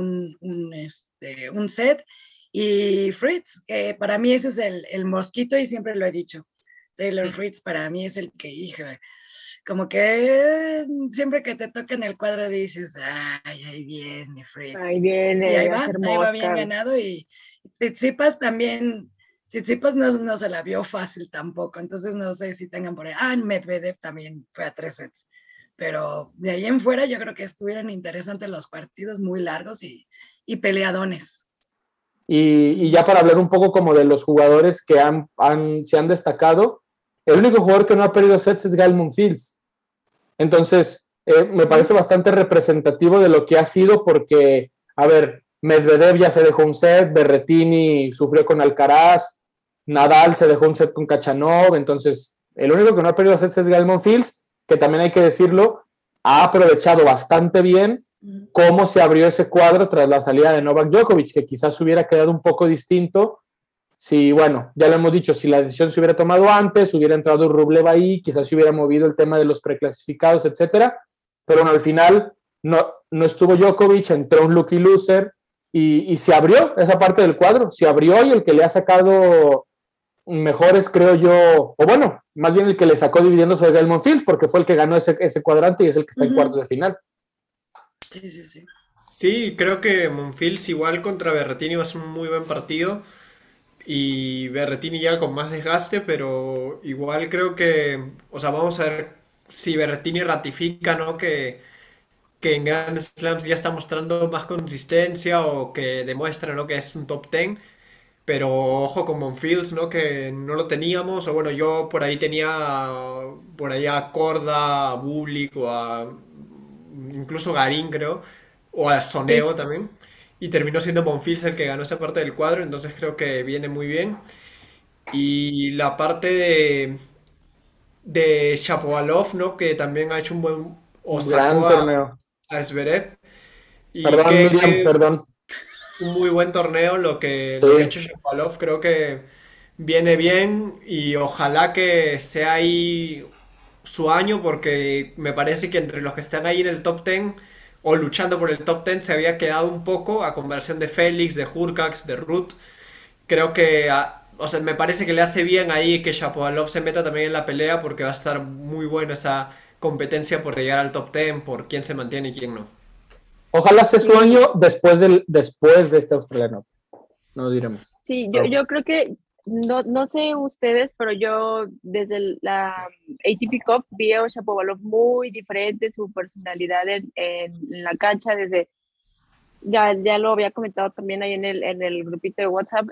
un set, y Fritz, que para mí ese es el mosquito y siempre lo he dicho, Taylor Fritz para mí es el que, híjole, como que siempre que te toca en el cuadro dices, ay, ahí viene Fritz. Ahí Y viene ahí a hacer va bien mosca. ganado, y Tsitsipas también, Tsitsipas no se la vio fácil tampoco, entonces no sé si tengan por ahí. Medvedev también fue a 3 sets, pero de ahí en fuera yo creo que estuvieron interesantes los partidos, muy largos y peleadones. Y ya para hablar un poco como de los jugadores que se han destacado, el único jugador que no ha perdido sets es Gael Monfils. Entonces, me parece bastante representativo de lo que ha sido porque, a ver, Medvedev ya se dejó un set, Berrettini sufrió con Alcaraz, Nadal se dejó un set con Khachanov, entonces el único que no ha perdido sets es Gael Monfils, que también hay que decirlo, ha aprovechado bastante bien cómo se abrió ese cuadro tras la salida de Novak Djokovic, que quizás hubiera quedado un poco distinto si, bueno, ya lo hemos dicho, si la decisión se hubiera tomado antes, hubiera entrado Rublev ahí, quizás se hubiera movido el tema de los preclasificados, etcétera, pero bueno, al final no estuvo Djokovic, entró un lucky loser y se abrió esa parte del cuadro, se abrió, y el que le ha sacado mejores, creo yo, o bueno, más bien el que le sacó dividiendo sobre Gael Monfils, porque fue el que ganó ese cuadrante y es el que está en cuartos de final. Sí. Sí, creo que Monfils igual contra Berrettini va a ser un muy buen partido y Berrettini ya con más desgaste, pero igual creo que, o sea, vamos a ver si Berrettini ratifica, ¿no? Que en grandes slams ya está mostrando más consistencia o que demuestra, ¿no? Que es un top 10. Pero ojo con Monfils, ¿no? Que no lo teníamos. O bueno, yo por ahí tenía por ahí a Korda, a Bublik o a incluso Garín, creo. O a Sí, Soneo también. Y terminó siendo Monfils el que ganó esa parte del cuadro. Entonces creo que viene muy bien. Y la parte de Shapovalov, ¿no? Que también ha hecho un buen... O Un gran sacó torneo. a Zverev. Y Perdón, Miriam, que perdón. un muy buen torneo lo que ha Sí. hecho Shapovalov, creo que viene bien y ojalá que sea ahí su año porque me parece que entre los que están ahí en el top 10 o luchando por el top 10 se había quedado un poco a conversión de Félix, de Hurkacz, de Ruth. Creo que, o sea, me parece que le hace bien ahí que Shapovalov se meta también en la pelea porque va a estar muy buena esa competencia por llegar al top 10, por quién se mantiene y quién no. Ojalá sea su sí, año después de este australiano. No diremos. sí, No. yo creo que, no sé ustedes, pero yo desde la ATP Cup vi a Shapovalov muy diferente, su personalidad en la cancha, desde, ya lo había comentado también ahí en el grupito de WhatsApp,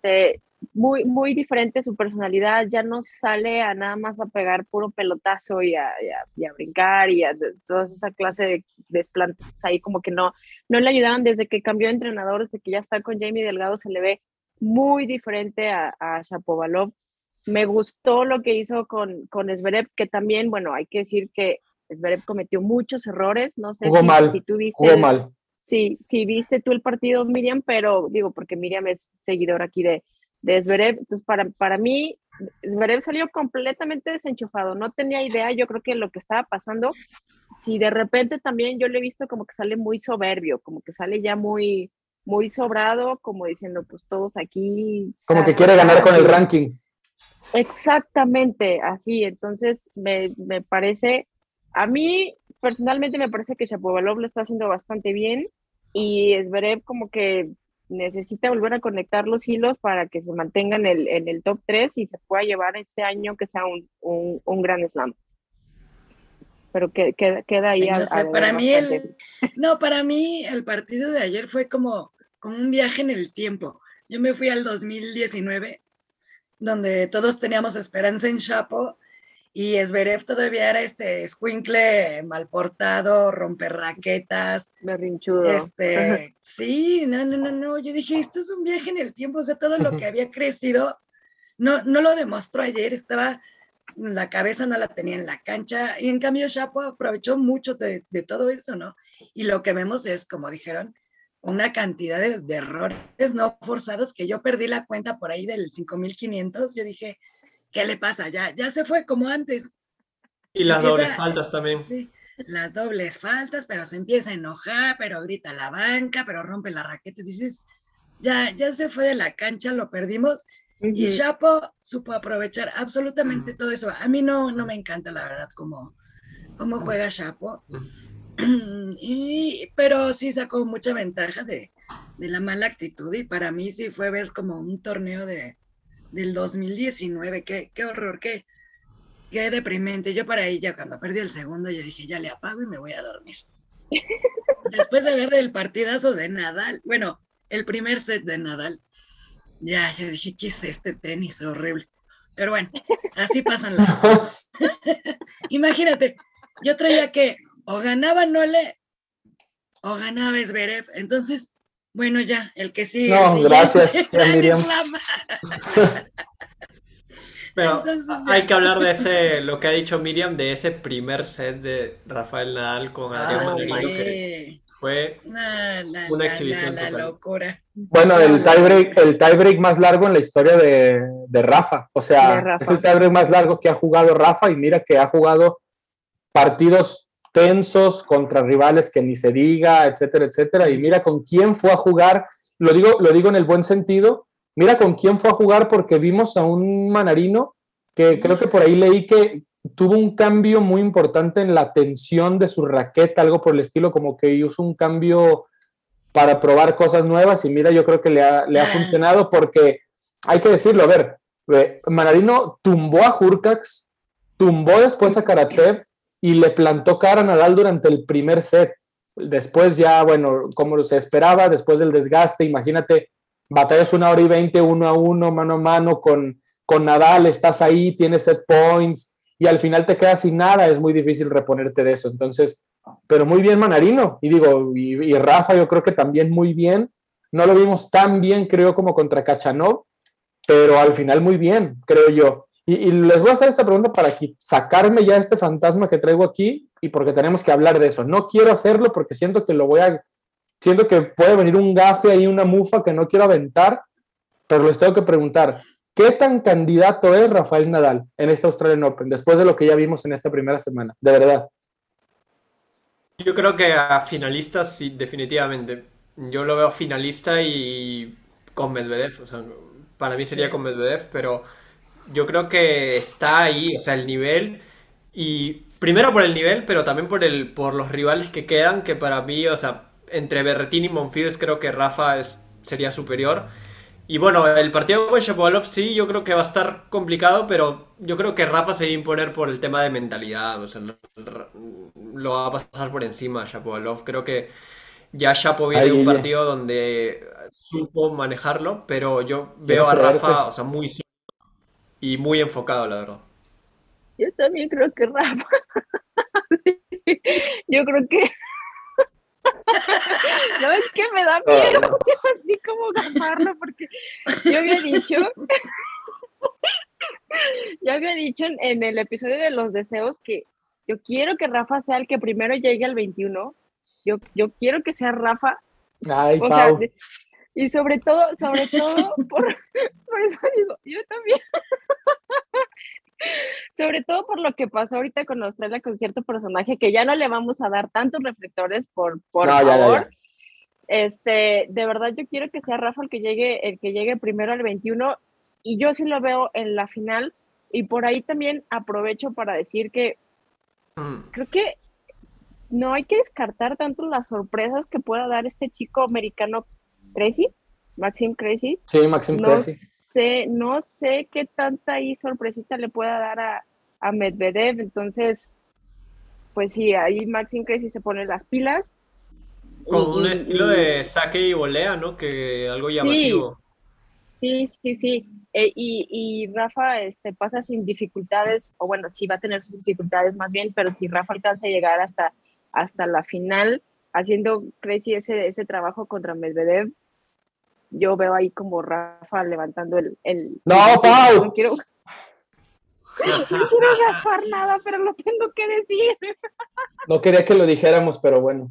muy diferente su personalidad, ya no sale a nada más a pegar puro pelotazo y a brincar y a toda esa clase de desplantes ahí como que no le ayudaron desde que cambió de entrenador, desde que ya está con Jamie Delgado, se le ve muy diferente a Shapovalov. Me gustó lo que hizo con Zverev, que también, bueno, hay que decir que Zverev cometió muchos errores, no sé Jugó si mal, tú viste jugó mal. si viste tú el partido, Miriam, pero digo, porque Miriam es seguidora aquí de Zverev, entonces para mí, Zverev salió completamente desenchufado, no tenía idea, yo creo que lo que estaba pasando, si de repente también yo le he visto como que sale muy soberbio, como que sale ya muy sobrado, como diciendo, pues todos aquí, Como que quiere ganar sas, con el ranking. exactamente, así, entonces me parece, a mí personalmente me parece que Shapovalov lo está haciendo bastante bien y Zverev como que necesita volver a conectar los hilos para que se mantenga en el top 3 y se pueda llevar este año que sea un gran slam, pero queda ahí Ay, no a sé, deber bastante. para mí el partido de ayer fue como un viaje en el tiempo. Yo me fui al 2019, donde todos teníamos esperanza en Chapo, y Zverev todavía era escuincle mal portado, romper raquetas. Berrinchudo. Sí, no. Yo dije, esto es un viaje en el tiempo, o sea, todo lo que había crecido, no lo demostró ayer, la cabeza no la tenía en la cancha, y en cambio Chapo aprovechó mucho de todo eso, ¿no? Y lo que vemos es, como dijeron, una cantidad de errores no forzados que yo perdí la cuenta por ahí del 5.500. Yo dije, ¿qué le pasa? Ya se fue como antes. Y las dobles Empieza, faltas también. sí, las dobles faltas, pero se empieza a enojar, pero grita a la banca, pero rompe la raqueta. Dices, ya se fue de la cancha, lo perdimos. Y Chapo supo aprovechar absolutamente todo eso. A mí no me encanta, la verdad, cómo juega Chapo. Pero sí sacó mucha ventaja de la mala actitud, y para mí sí fue ver como un torneo del 2019. Qué horror, qué deprimente. Yo para ella, cuando perdí el segundo, yo dije, ya le apago y me voy a dormir. Después de ver el partidazo de Nadal, bueno, el primer set de Nadal, ya dije, ¿qué es este tenis horrible? Pero bueno, así pasan las cosas. Imagínate, yo traía que o ganaba Nole o ganaba Zverev. Entonces, bueno, ya, el que sigue. No, gracias, Miriam. Pero entonces, hay que hablar de lo que ha dicho Miriam, de ese primer set de Rafael Nadal con Adrián Manarino, que fue una exhibición total. Locura. Bueno, el tiebreak más largo en la historia de Rafa. O sea, es el tiebreak más largo que ha jugado Rafa, y mira que ha jugado partidos tensos contra rivales que ni se diga, etcétera, etcétera. Y mira con quién fue a jugar, lo digo en el buen sentido. Mira con quién fue a jugar, porque vimos a un Manarino que creo que por ahí leí que tuvo un cambio muy importante en la tensión de su raqueta, algo por el estilo, como que hizo un cambio para probar cosas nuevas, y mira, yo creo que le ha funcionado, porque hay que decirlo, a ver, Manarino tumbó a Hurkacz, tumbó después a Karatsev y le plantó cara a Nadal durante el primer set. Después ya, bueno, como se esperaba, después del desgaste, imagínate, batallas 1 hora y 20, 1-1, mano a mano con Nadal, estás ahí, tienes set points, y al final te quedas sin nada, es muy difícil reponerte de eso. Entonces, pero muy bien Manarino, y Rafa yo creo que también muy bien. No lo vimos tan bien, creo, como contra Khachanov, pero al final muy bien, creo yo. Y les voy a hacer esta pregunta para sacarme ya este fantasma que traigo aquí, y porque tenemos que hablar de eso. No quiero hacerlo porque siento que puede venir un gafe ahí, una mufa que no quiero aventar, pero les tengo que preguntar, ¿qué tan candidato es Rafael Nadal en este Australian Open, después de lo que ya vimos en esta primera semana? De verdad. Yo creo que a finalistas sí, definitivamente. Yo lo veo finalista y con Medvedev. O sea, para mí sería con Medvedev, pero yo creo que está ahí, o sea, el nivel. Y primero por el nivel, pero también por los rivales que quedan, que para mí, o sea, entre Berrettini y Monfils creo que Rafa sería superior. Y bueno, el partido con Shapovalov sí, yo creo que va a estar complicado, pero yo creo que Rafa se va a imponer por el tema de mentalidad. O sea, lo va a pasar por encima a Shapovalov. Creo que ya Shapo viene de un partido donde supo manejarlo, pero yo veo a Rafa, o sea, muy sólido y muy enfocado, la verdad. Yo también creo que Rafa. Sí. Yo creo que no, es que me da miedo así como gafarlo, porque yo había dicho en el episodio de los deseos que yo quiero que Rafa sea el que primero llegue al 21. Yo quiero que sea Rafa. Ay, o Pau. sea, y sobre todo por eso digo, yo también. Sobre todo por lo que pasó ahorita con Australia, con cierto personaje que ya no le vamos a dar tantos reflectores, por favor. De verdad yo quiero que sea Rafa el que llegue primero al 21, y yo sí lo veo en la final. Y por ahí también aprovecho para decir que creo que no hay que descartar tanto las sorpresas que pueda dar este chico americano Maxim Cressy. Sí, Maxim Cressy. No sé qué tanta ahí sorpresita le pueda dar a Medvedev. Entonces, pues sí, ahí Maxim Cressy se pone las pilas. Con un estilo de saque y volea, ¿no? Que algo llamativo. Sí. Y Rafa pasa sin dificultades, o bueno, sí va a tener sus dificultades más bien, pero si Rafa alcanza a llegar hasta la final, haciendo Cressy ese trabajo contra Medvedev, yo veo ahí como Rafa levantando el ¡No, Pau! No quiero gafar nada, pero lo tengo que decir. No quería que lo dijéramos, pero bueno.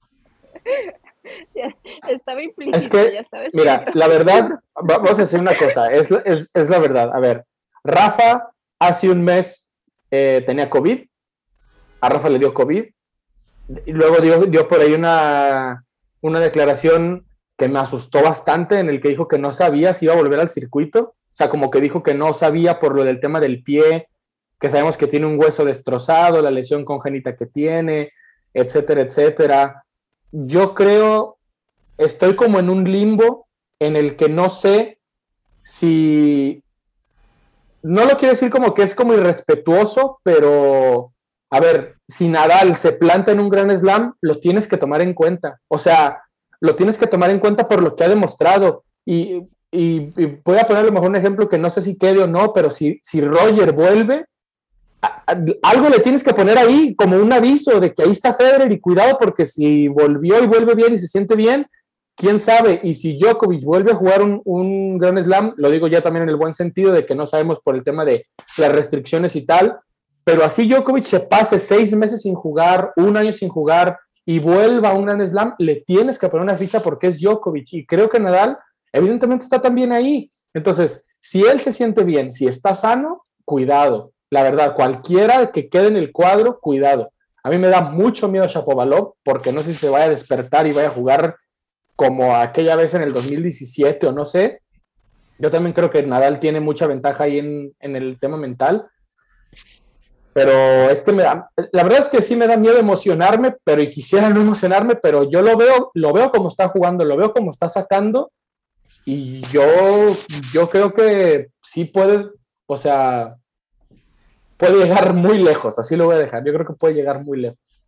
Estaba implícito. Es que, ya estaba mira, la verdad, vamos a decir una cosa, es la verdad. A ver, Rafa hace un mes tenía COVID, a Rafa le dio COVID, Y luego dio por ahí una declaración que me asustó bastante, en el que dijo que no sabía si iba a volver al circuito. O sea, como que dijo que no sabía por lo del tema del pie, que sabemos que tiene un hueso destrozado, la lesión congénita que tiene, etcétera, etcétera. Yo creo, estoy como en un limbo en el que no sé si, no lo quiero decir como que es como irrespetuoso, pero a ver, si Nadal se planta en un Grand Slam, lo tienes que tomar en cuenta. O sea, lo tienes que tomar en cuenta por lo que ha demostrado. Y voy a poner a lo mejor un ejemplo que no sé si quede o no, pero si Roger vuelve, algo le tienes que poner ahí, como un aviso de que ahí está Federer y cuidado, porque si volvió y vuelve bien y se siente bien, quién sabe. Y si Djokovic vuelve a jugar un Grand Slam, lo digo ya también en el buen sentido de que no sabemos por el tema de las restricciones y tal, pero así Djokovic se pase 6 meses sin jugar, un año sin jugar y vuelva a un Grand Slam, le tienes que poner una ficha porque es Djokovic. Y creo que Nadal evidentemente está también ahí. Entonces, si él se siente bien, si está sano, cuidado. La verdad, cualquiera que quede en el cuadro, cuidado. A mí me da mucho miedo Shapovalov porque no sé si se vaya a despertar y vaya a jugar como aquella vez en el 2017 o no sé. Yo también creo que Nadal tiene mucha ventaja ahí en el tema mental. Pero es que la verdad es que sí me da miedo emocionarme, pero y quisiera no emocionarme, pero yo lo veo como está jugando, lo veo como está sacando y yo creo que sí puede, o sea, puede llegar muy lejos, así lo voy a dejar. Yo creo que puede llegar muy lejos.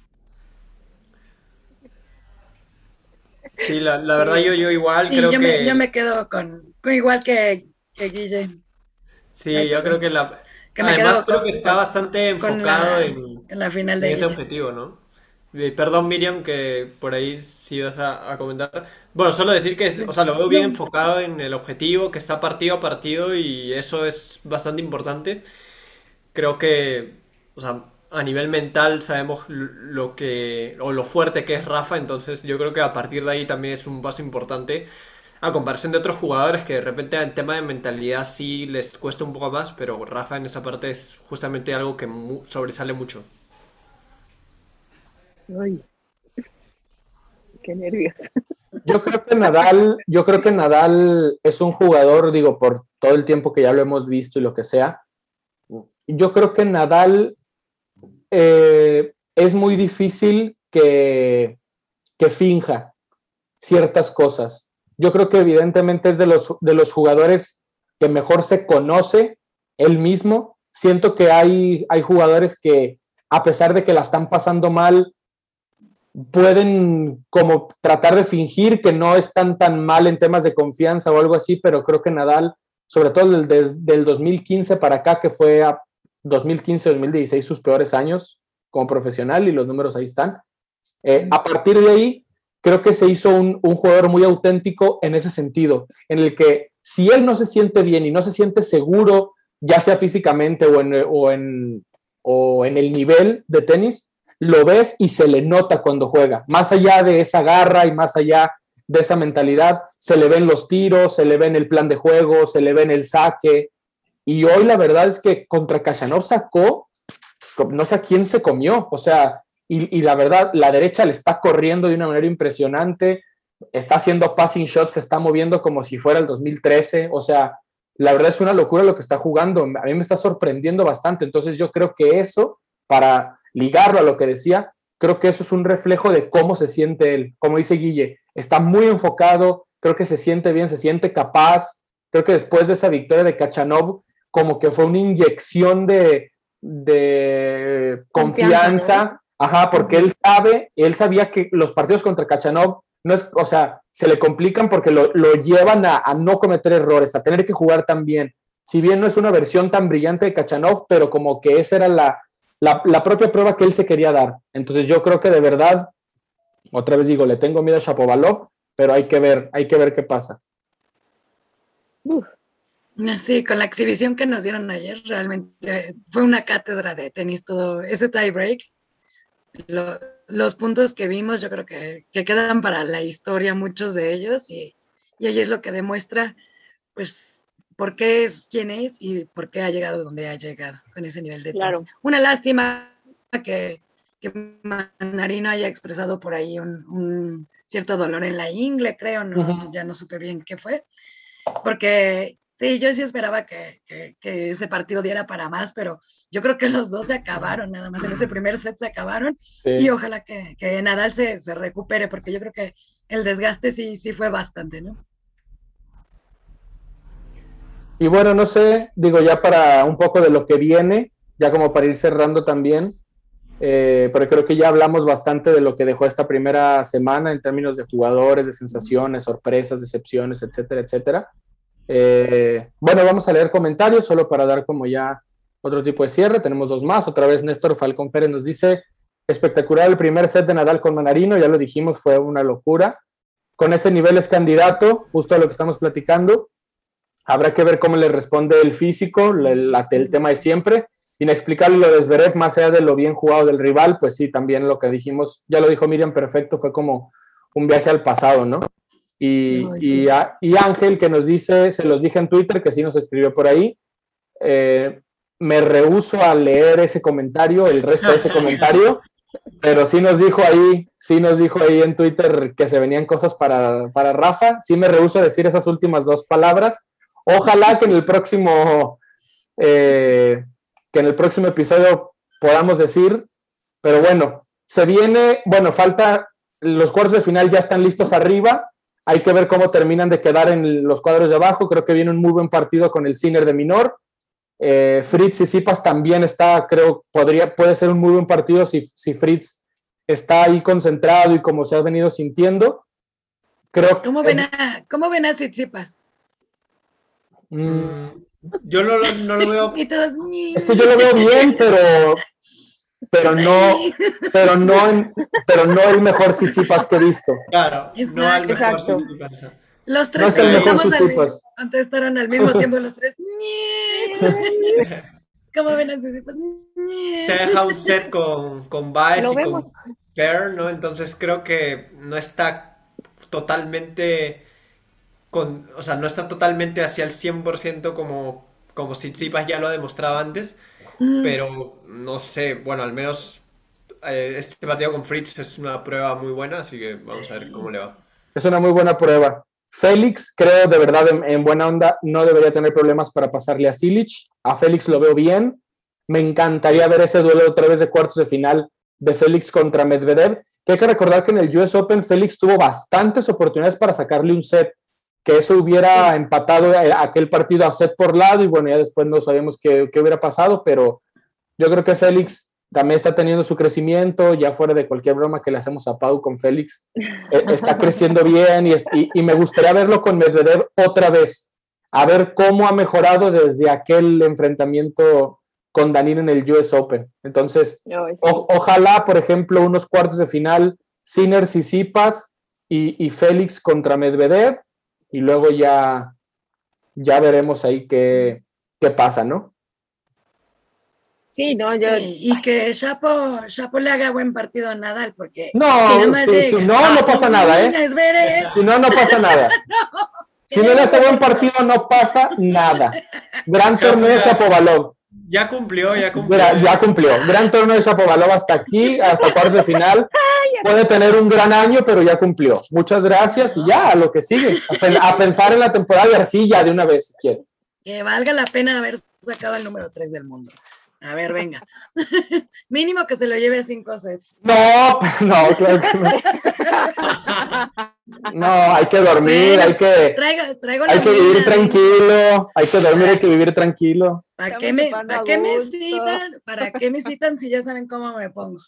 Sí, la verdad yo igual Sí, creo yo que... me quedo con igual que Guille. Sí, Ay, yo creo perdón. que Que me además quedo creo que está bastante con enfocado en la final en de ese Guille. objetivo, ¿no? Perdón, Miriam, que por ahí sí ibas a comentar. Bueno, solo decir que, o sea, lo veo bien No, enfocado en el objetivo, que está partido a partido y eso es bastante importante. Creo que, o sea, a nivel mental sabemos lo que, o lo fuerte que es Rafa, entonces yo creo que a partir de ahí también es un paso importante a comparación de otros jugadores que de repente en tema de mentalidad sí les cuesta un poco más, pero Rafa en esa parte es justamente algo que sobresale mucho. Ay, qué nervios. Yo creo que Nadal es un jugador, digo, por todo el tiempo que ya lo hemos visto y lo que sea. Yo creo que Nadal es muy difícil que finja ciertas cosas. Yo creo que evidentemente es de los jugadores que mejor se conoce él mismo. Siento que hay jugadores que, a pesar de que la están pasando mal, pueden como tratar de fingir que no están tan mal en temas de confianza o algo así, pero creo que Nadal, sobre todo del 2015 para acá, que fue a 2015-2016 sus peores años como profesional y los números ahí están. A partir de ahí, creo que se hizo un jugador muy auténtico en ese sentido, en el que si él no se siente bien y no se siente seguro, ya sea físicamente o en el nivel de tenis, lo ves y se le nota cuando juega. Más allá de esa garra y más allá de esa mentalidad, se le ven los tiros, se le ve en el plan de juego, se le ve en el saque. Y hoy la verdad es que contra Khachanov sacó, no sé a quién se comió, o sea, y la verdad, la derecha le está corriendo de una manera impresionante, está haciendo passing shots, se está moviendo como si fuera el 2013, o sea, la verdad es una locura lo que está jugando, a mí me está sorprendiendo bastante, entonces yo creo que eso, para ligarlo a lo que decía, creo que eso es un reflejo de cómo se siente él, como dice Guille, está muy enfocado, creo que se siente bien, se siente capaz, creo que después de esa victoria de Khachanov, como que fue una inyección de Confianza, confianza, ajá, porque él sabía que los partidos contra Khachanov no es, o sea, se le complican porque lo llevan a no cometer errores, a tener que jugar tan bien. Si bien no es una versión tan brillante de Khachanov, pero como que esa era la propia prueba que él se quería dar. Entonces yo creo que de verdad, otra vez digo, le tengo miedo a Shapovalov, pero hay que ver qué pasa. Uf, Sí, con la exhibición que nos dieron ayer, realmente fue una cátedra de tenis todo ese tie break. Los puntos que vimos, yo creo que quedan para la historia, muchos de ellos, y ahí es lo que demuestra, pues, por qué es quien es y por qué ha llegado donde ha llegado con ese nivel de tenis. claro. Una lástima que Manarino haya expresado por ahí un cierto dolor en la ingle, creo, no, ya no supe bien qué fue, porque sí, yo sí esperaba que ese partido diera para más, pero yo creo que los dos se acabaron, nada más en ese primer set se acabaron, sí. Y ojalá que Nadal se recupere, porque yo creo que el desgaste sí fue bastante, ¿no? Y bueno, no sé, digo ya para un poco de lo que viene, ya como para ir cerrando también, pero creo que ya hablamos bastante de lo que dejó esta primera semana en términos de jugadores, de sensaciones, sorpresas, decepciones, etcétera, etcétera. Bueno, vamos a leer comentarios solo para dar como ya otro tipo de cierre. Tenemos dos más. Otra vez Néstor Falcón Pérez nos dice: espectacular el primer set de Nadal con Manarino, ya lo dijimos, fue una locura. Con ese nivel es candidato, justo a lo que estamos platicando. Habrá que ver cómo le responde el físico, el tema de siempre. Inexplicable lo de Zverev, más allá de lo bien jugado del rival, pues sí, también lo que dijimos, ya lo dijo Miriam perfecto, fue como un viaje al pasado, ¿no? Y Ángel, que nos dice, se los dije en Twitter, que sí nos escribió por ahí, me rehúso a leer ese comentario, el resto de ese comentario, pero sí nos dijo ahí en Twitter que se venían cosas para Rafa. Sí me rehúso a decir esas últimas dos palabras. Ojalá que en el próximo episodio podamos decir, pero bueno, falta, los cuartos de final ya están listos arriba. Hay que ver cómo terminan de quedar en los cuadros de abajo. Creo que viene un muy buen partido con el Sinner de Minor. Fritz Tsitsipas también está, creo, puede ser un muy buen partido si Fritz está ahí concentrado y como se ha venido sintiendo. Creo ¿Cómo ven a Tsitsipas? Yo no lo veo. Es que yo lo veo bien, pero no el mejor Tsitsipas que he visto. Claro, exacto, no el mejor Tsitsipas. Los tres contestaron al mismo tiempo los tres. ¿Cómo ven a Tsitsipas? Se deja un set con Baez y con Kerr, ¿no? Entonces creo que no está totalmente no está totalmente hacia el 100% como Tsitsipas ya lo ha demostrado antes, pero no sé, bueno, al menos este partido con Fritz es una prueba muy buena, así que vamos a ver cómo le va. Es una muy buena prueba. Félix, creo de verdad en buena onda, no debería tener problemas para pasarle a Cilic. A Félix lo veo bien. Me encantaría ver ese duelo otra vez de cuartos de final de Félix contra Medvedev, que hay que recordar que en el US Open Félix tuvo bastantes oportunidades para sacarle un set, que eso hubiera empatado aquel partido a set por lado, y bueno, ya después no sabemos qué hubiera pasado, pero yo creo que Félix también está teniendo su crecimiento, ya fuera de cualquier broma que le hacemos a Pau con Félix, está creciendo bien y me gustaría verlo con Medvedev otra vez, a ver cómo ha mejorado desde aquel enfrentamiento con Danilo en el US Open. Entonces, ojalá, por ejemplo, unos cuartos de final, Sinner, Tsitsipas y Félix contra Medvedev, y luego ya veremos ahí qué pasa, ¿no? Sí, no, y que Chapo le haga buen partido a Nadal, porque no pasa nada, ¿eh? Si no pasa nada. Si no le hace buen partido, no pasa nada. Gran torneo de Shapovalov. Ya cumplió. Mira, ya cumplió. Gran torneo de Shapovalov hasta aquí, hasta cuartos de final. Puede tener un gran año, pero ya cumplió. Muchas gracias y ya, a lo que sigue. A pensar en la temporada y así ya de una vez, si quiere. Que valga la pena haber sacado el número 3 del mundo. A ver, venga. Mínimo que se lo lleve a 5 sets. No, claro que no. No, hay que dormir, hay que vivir tranquilo, hay que dormir, hay que vivir tranquilo. ¿Para qué me citan si ya saben cómo me pongo?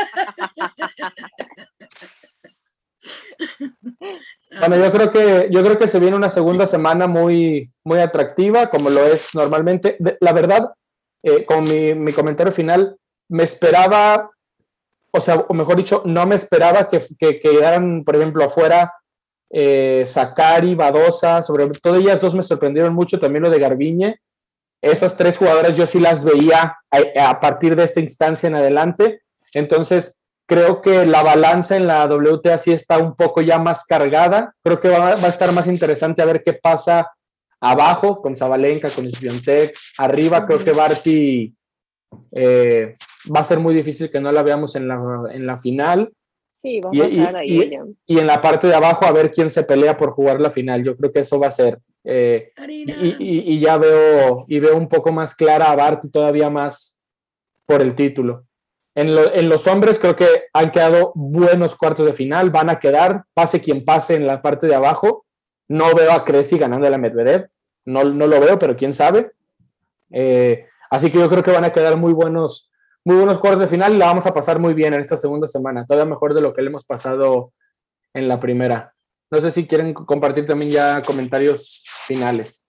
Bueno, yo creo que se viene una segunda semana muy, muy atractiva, como lo es normalmente. La verdad, con mi comentario final, me esperaba, o mejor dicho, no me esperaba que quedaran, por ejemplo, afuera Sakkari, Badosa, sobre todo ellas dos me sorprendieron mucho, también lo de Garbiñe. Esas tres jugadoras yo sí las veía a partir de esta instancia en adelante. Entonces, creo que la balanza en la WTA sí está un poco ya más cargada. Creo que va a estar más interesante a ver qué pasa abajo con Sabalenka, con Swiatek. Arriba creo que Barty Va a ser muy difícil que no la veamos en la final. Sí, va a pasar ahí ella. Y en la parte de abajo a ver quién se pelea por jugar la final. Yo creo que eso va a ser. Y ya veo un poco más clara a Barty todavía más por el título. En los hombres creo que han quedado buenos cuartos de final, van a quedar, pase quien pase en la parte de abajo. No veo a Cressy ganando a Medvedev, no lo veo, pero quién sabe. Así que yo creo que van a quedar muy buenos cuartos de final y la vamos a pasar muy bien en esta segunda semana, todavía mejor de lo que le hemos pasado en la primera. No sé si quieren compartir también ya comentarios finales.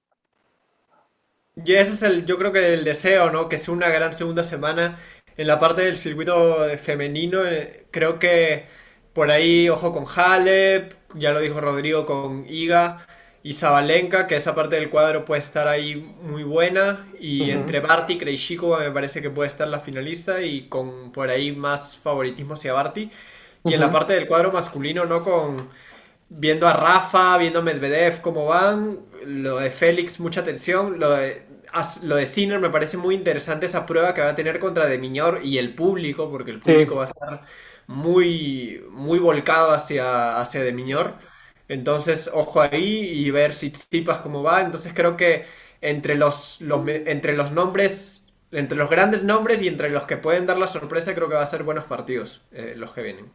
Y ese es yo creo que el deseo, ¿no? Que sea una gran segunda semana. En la parte del circuito femenino, creo que por ahí, ojo con Halep, ya lo dijo Rodrigo, con Iga y Sabalenka, que esa parte del cuadro puede estar ahí muy buena. Y entre Barty y Krejcikova me parece que puede estar la finalista y con por ahí más favoritismo hacia Barty. Y en la parte del cuadro masculino, ¿no? Viendo a Rafa, viendo a Medvedev cómo van, lo de Félix, mucha tensión, lo de Sinner me parece muy interesante esa prueba que va a tener contra De Minaur y el público, porque el público va a estar muy, muy volcado hacia De Minaur. Entonces, ojo ahí y ver si Tsitsipas cómo va. Entonces creo que entre los nombres, entre los grandes nombres y entre los que pueden dar la sorpresa, creo que va a ser buenos partidos los que vienen.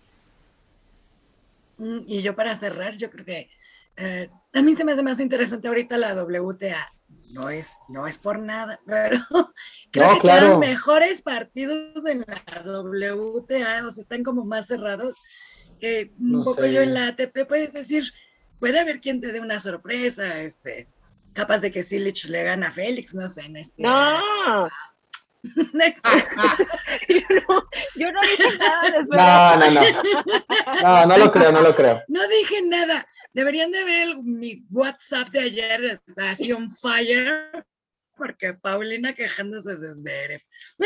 Y yo para cerrar, yo creo que también se me hace más interesante ahorita la WTA. No es por nada, pero creo que quedan mejores partidos en la WTA, o sea, están como más cerrados que yo en la ATP. Puedes decir, puede haber quien te dé una sorpresa, capaz de que Cilic le gana a Félix, no sé. No. Yo no dije nada de eso. No lo creo. No dije nada. Deberían de ver mi WhatsApp de ayer, está así on fire, porque Paulina quejándose de Zverev.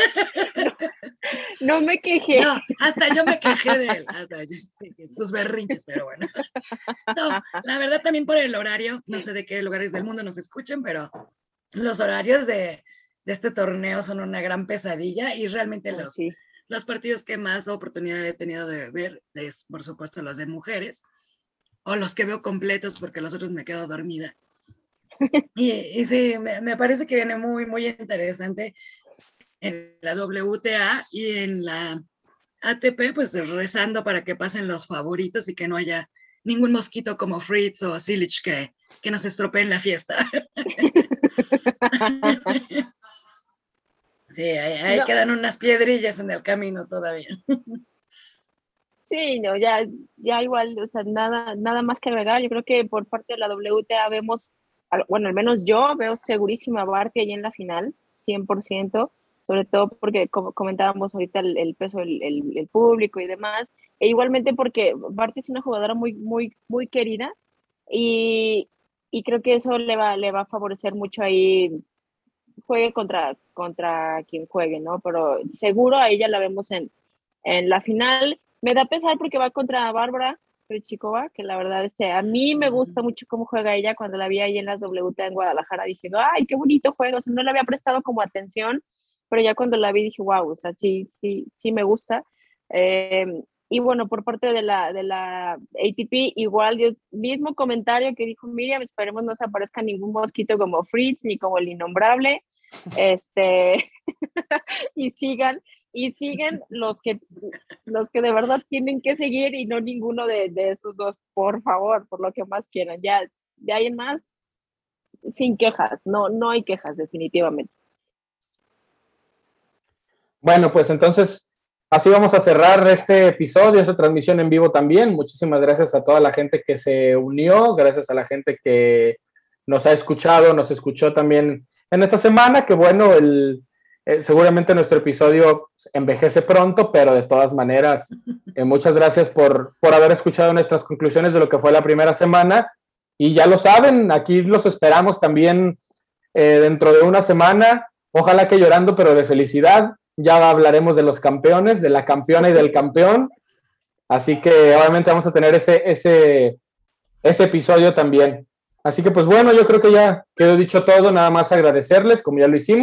No me quejé. No, hasta yo me quejé de él, sus berrinches, pero bueno. No, la verdad también por el horario, no sé de qué lugares del mundo nos escuchen, pero los horarios de este torneo son una gran pesadilla y realmente los partidos que más oportunidad he tenido de ver es, por supuesto, los de mujeres, o los que veo completos porque los otros me quedo dormida. Y sí, me parece que viene muy, muy interesante en la WTA y en la ATP, pues rezando para que pasen los favoritos y que no haya ningún mosquito como Fritz o Cilic que nos estropeen la fiesta. Sí, ahí quedan unas piedrillas en el camino todavía. Sí, no, ya igual, o sea, nada más que agregar. Yo creo que por parte de la WTA vemos, bueno, al menos yo veo segurísima a Barty ahí en la final, 100%, sobre todo porque como comentábamos ahorita el peso del público y demás, e igualmente porque Barty es una jugadora muy, muy, muy querida y creo que eso le va a favorecer mucho ahí, juegue contra quien juegue, ¿no? Pero seguro a ella la vemos en la final. Me da pesar porque va contra Bárbara Krejcikova, que la verdad a mí me gusta mucho cómo juega ella. Cuando la vi ahí en las WTA en Guadalajara dije, ¡ay, qué bonito juego! O sea, no le había prestado como atención, pero ya cuando la vi dije, wow, o sea, sí me gusta. Y bueno, por parte de la ATP, igual, mismo comentario que dijo Miriam, esperemos no se aparezca ningún mosquito como Fritz ni como el innombrable, y sigan los que de verdad tienen que seguir y no ninguno de esos dos, por favor, por lo que más quieran. Ya de ahí en más, sin quejas, no hay quejas definitivamente. Bueno, pues entonces así vamos a cerrar este episodio, esta transmisión en vivo también. Muchísimas gracias a toda la gente que se unió, gracias a la gente que nos ha escuchado, nos escuchó también en esta semana, que bueno, seguramente nuestro episodio envejece pronto, pero de todas maneras, muchas gracias por haber escuchado nuestras conclusiones de lo que fue la primera semana, y ya lo saben, aquí los esperamos también dentro de una semana, ojalá que llorando, pero de felicidad. Ya hablaremos de los campeones, de la campeona y del campeón, así que obviamente vamos a tener ese episodio también. Así que pues bueno, yo creo que ya quedó dicho todo, nada más agradecerles, como ya lo hicimos,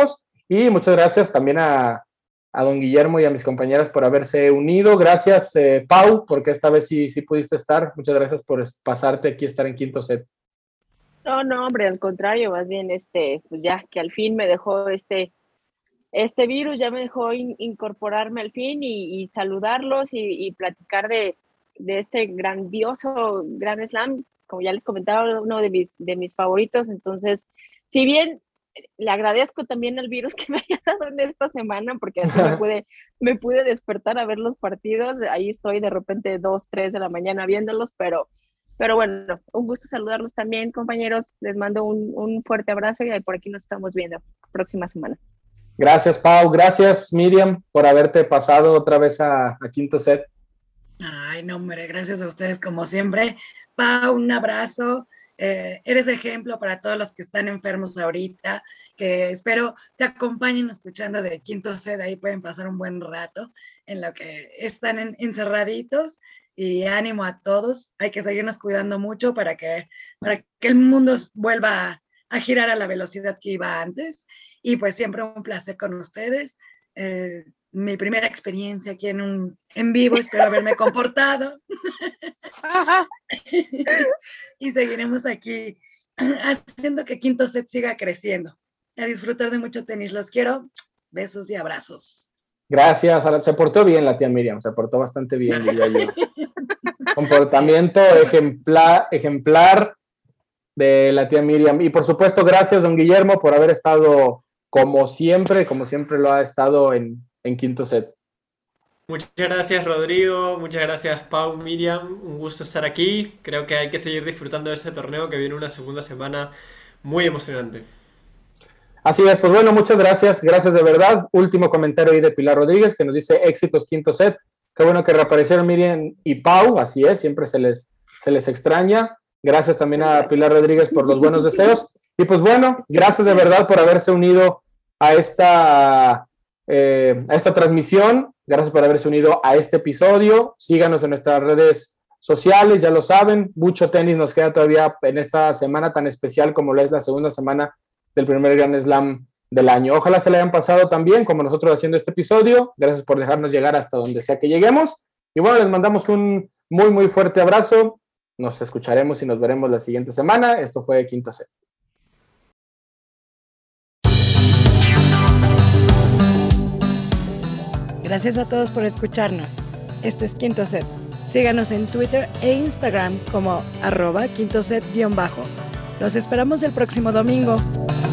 Y muchas gracias también a don Guillermo y a mis compañeras por haberse unido. Gracias, Pau, porque esta vez sí pudiste estar. Muchas gracias por pasarte aquí, estar en Quinto Set. No, hombre, al contrario, más bien, pues ya que al fin me dejó este virus, ya me dejó incorporarme al fin y saludarlos y platicar de este grandioso Grand Slam, como ya les comentaba, uno de mis favoritos. Entonces, si bien le agradezco también al virus que me haya dado en esta semana, porque así me pude despertar a ver los partidos. Ahí estoy de repente 2, 3 de la mañana viéndolos, pero bueno, un gusto saludarlos también, compañeros. Les mando un fuerte abrazo y por aquí nos estamos viendo próxima semana. Gracias, Pau. Gracias, Miriam, por haberte pasado otra vez a Quinto Set. Ay, no, hombre, gracias a ustedes como siempre. Pau, un abrazo. Eres ejemplo para todos los que están enfermos ahorita, que espero te acompañen escuchando de Quinto Set. Ahí pueden pasar un buen rato en lo que están encerraditos. Y ánimo a todos. Hay que seguirnos cuidando mucho para que el mundo vuelva a girar a la velocidad que iba antes. Y pues siempre un placer con ustedes. Mi primera experiencia aquí en vivo, espero haberme comportado. Y seguiremos aquí haciendo que Quinto Set siga creciendo. A disfrutar de mucho tenis. Los quiero. Besos y abrazos. Gracias. Se portó bien la tía Miriam, se portó bastante bien, diría yo. Comportamiento ejemplar de la tía Miriam. Y por supuesto, gracias, don Guillermo, por haber estado como siempre lo ha estado en Quinto Set. Muchas gracias, Rodrigo. Muchas gracias, Pau, Miriam. Un gusto estar aquí. Creo que hay que seguir disfrutando de este torneo, que viene una segunda semana muy emocionante. Así es, pues bueno, muchas gracias. Gracias de verdad. Último comentario ahí de Pilar Rodríguez, que nos dice éxitos Quinto Set. Qué bueno que reaparecieron Miriam y Pau. Así es, siempre se les extraña. Gracias también a Pilar Rodríguez por los buenos deseos. Y pues bueno, gracias de verdad por haberse unido a esta transmisión. Gracias por haberse unido a este episodio. Síganos en nuestras redes sociales, ya lo saben. Mucho tenis nos queda todavía en esta semana tan especial como lo es la segunda semana del primer Grand Slam del año. Ojalá se le hayan pasado tan bien como nosotros haciendo este episodio. Gracias por dejarnos llegar hasta donde sea que lleguemos. Y bueno, les mandamos un muy, muy fuerte abrazo. Nos escucharemos y nos veremos la siguiente semana. Esto fue Quinto Set. Gracias a todos por escucharnos. Esto es Quinto Set. Síganos en Twitter e Instagram como @quintoset_. Los esperamos el próximo domingo.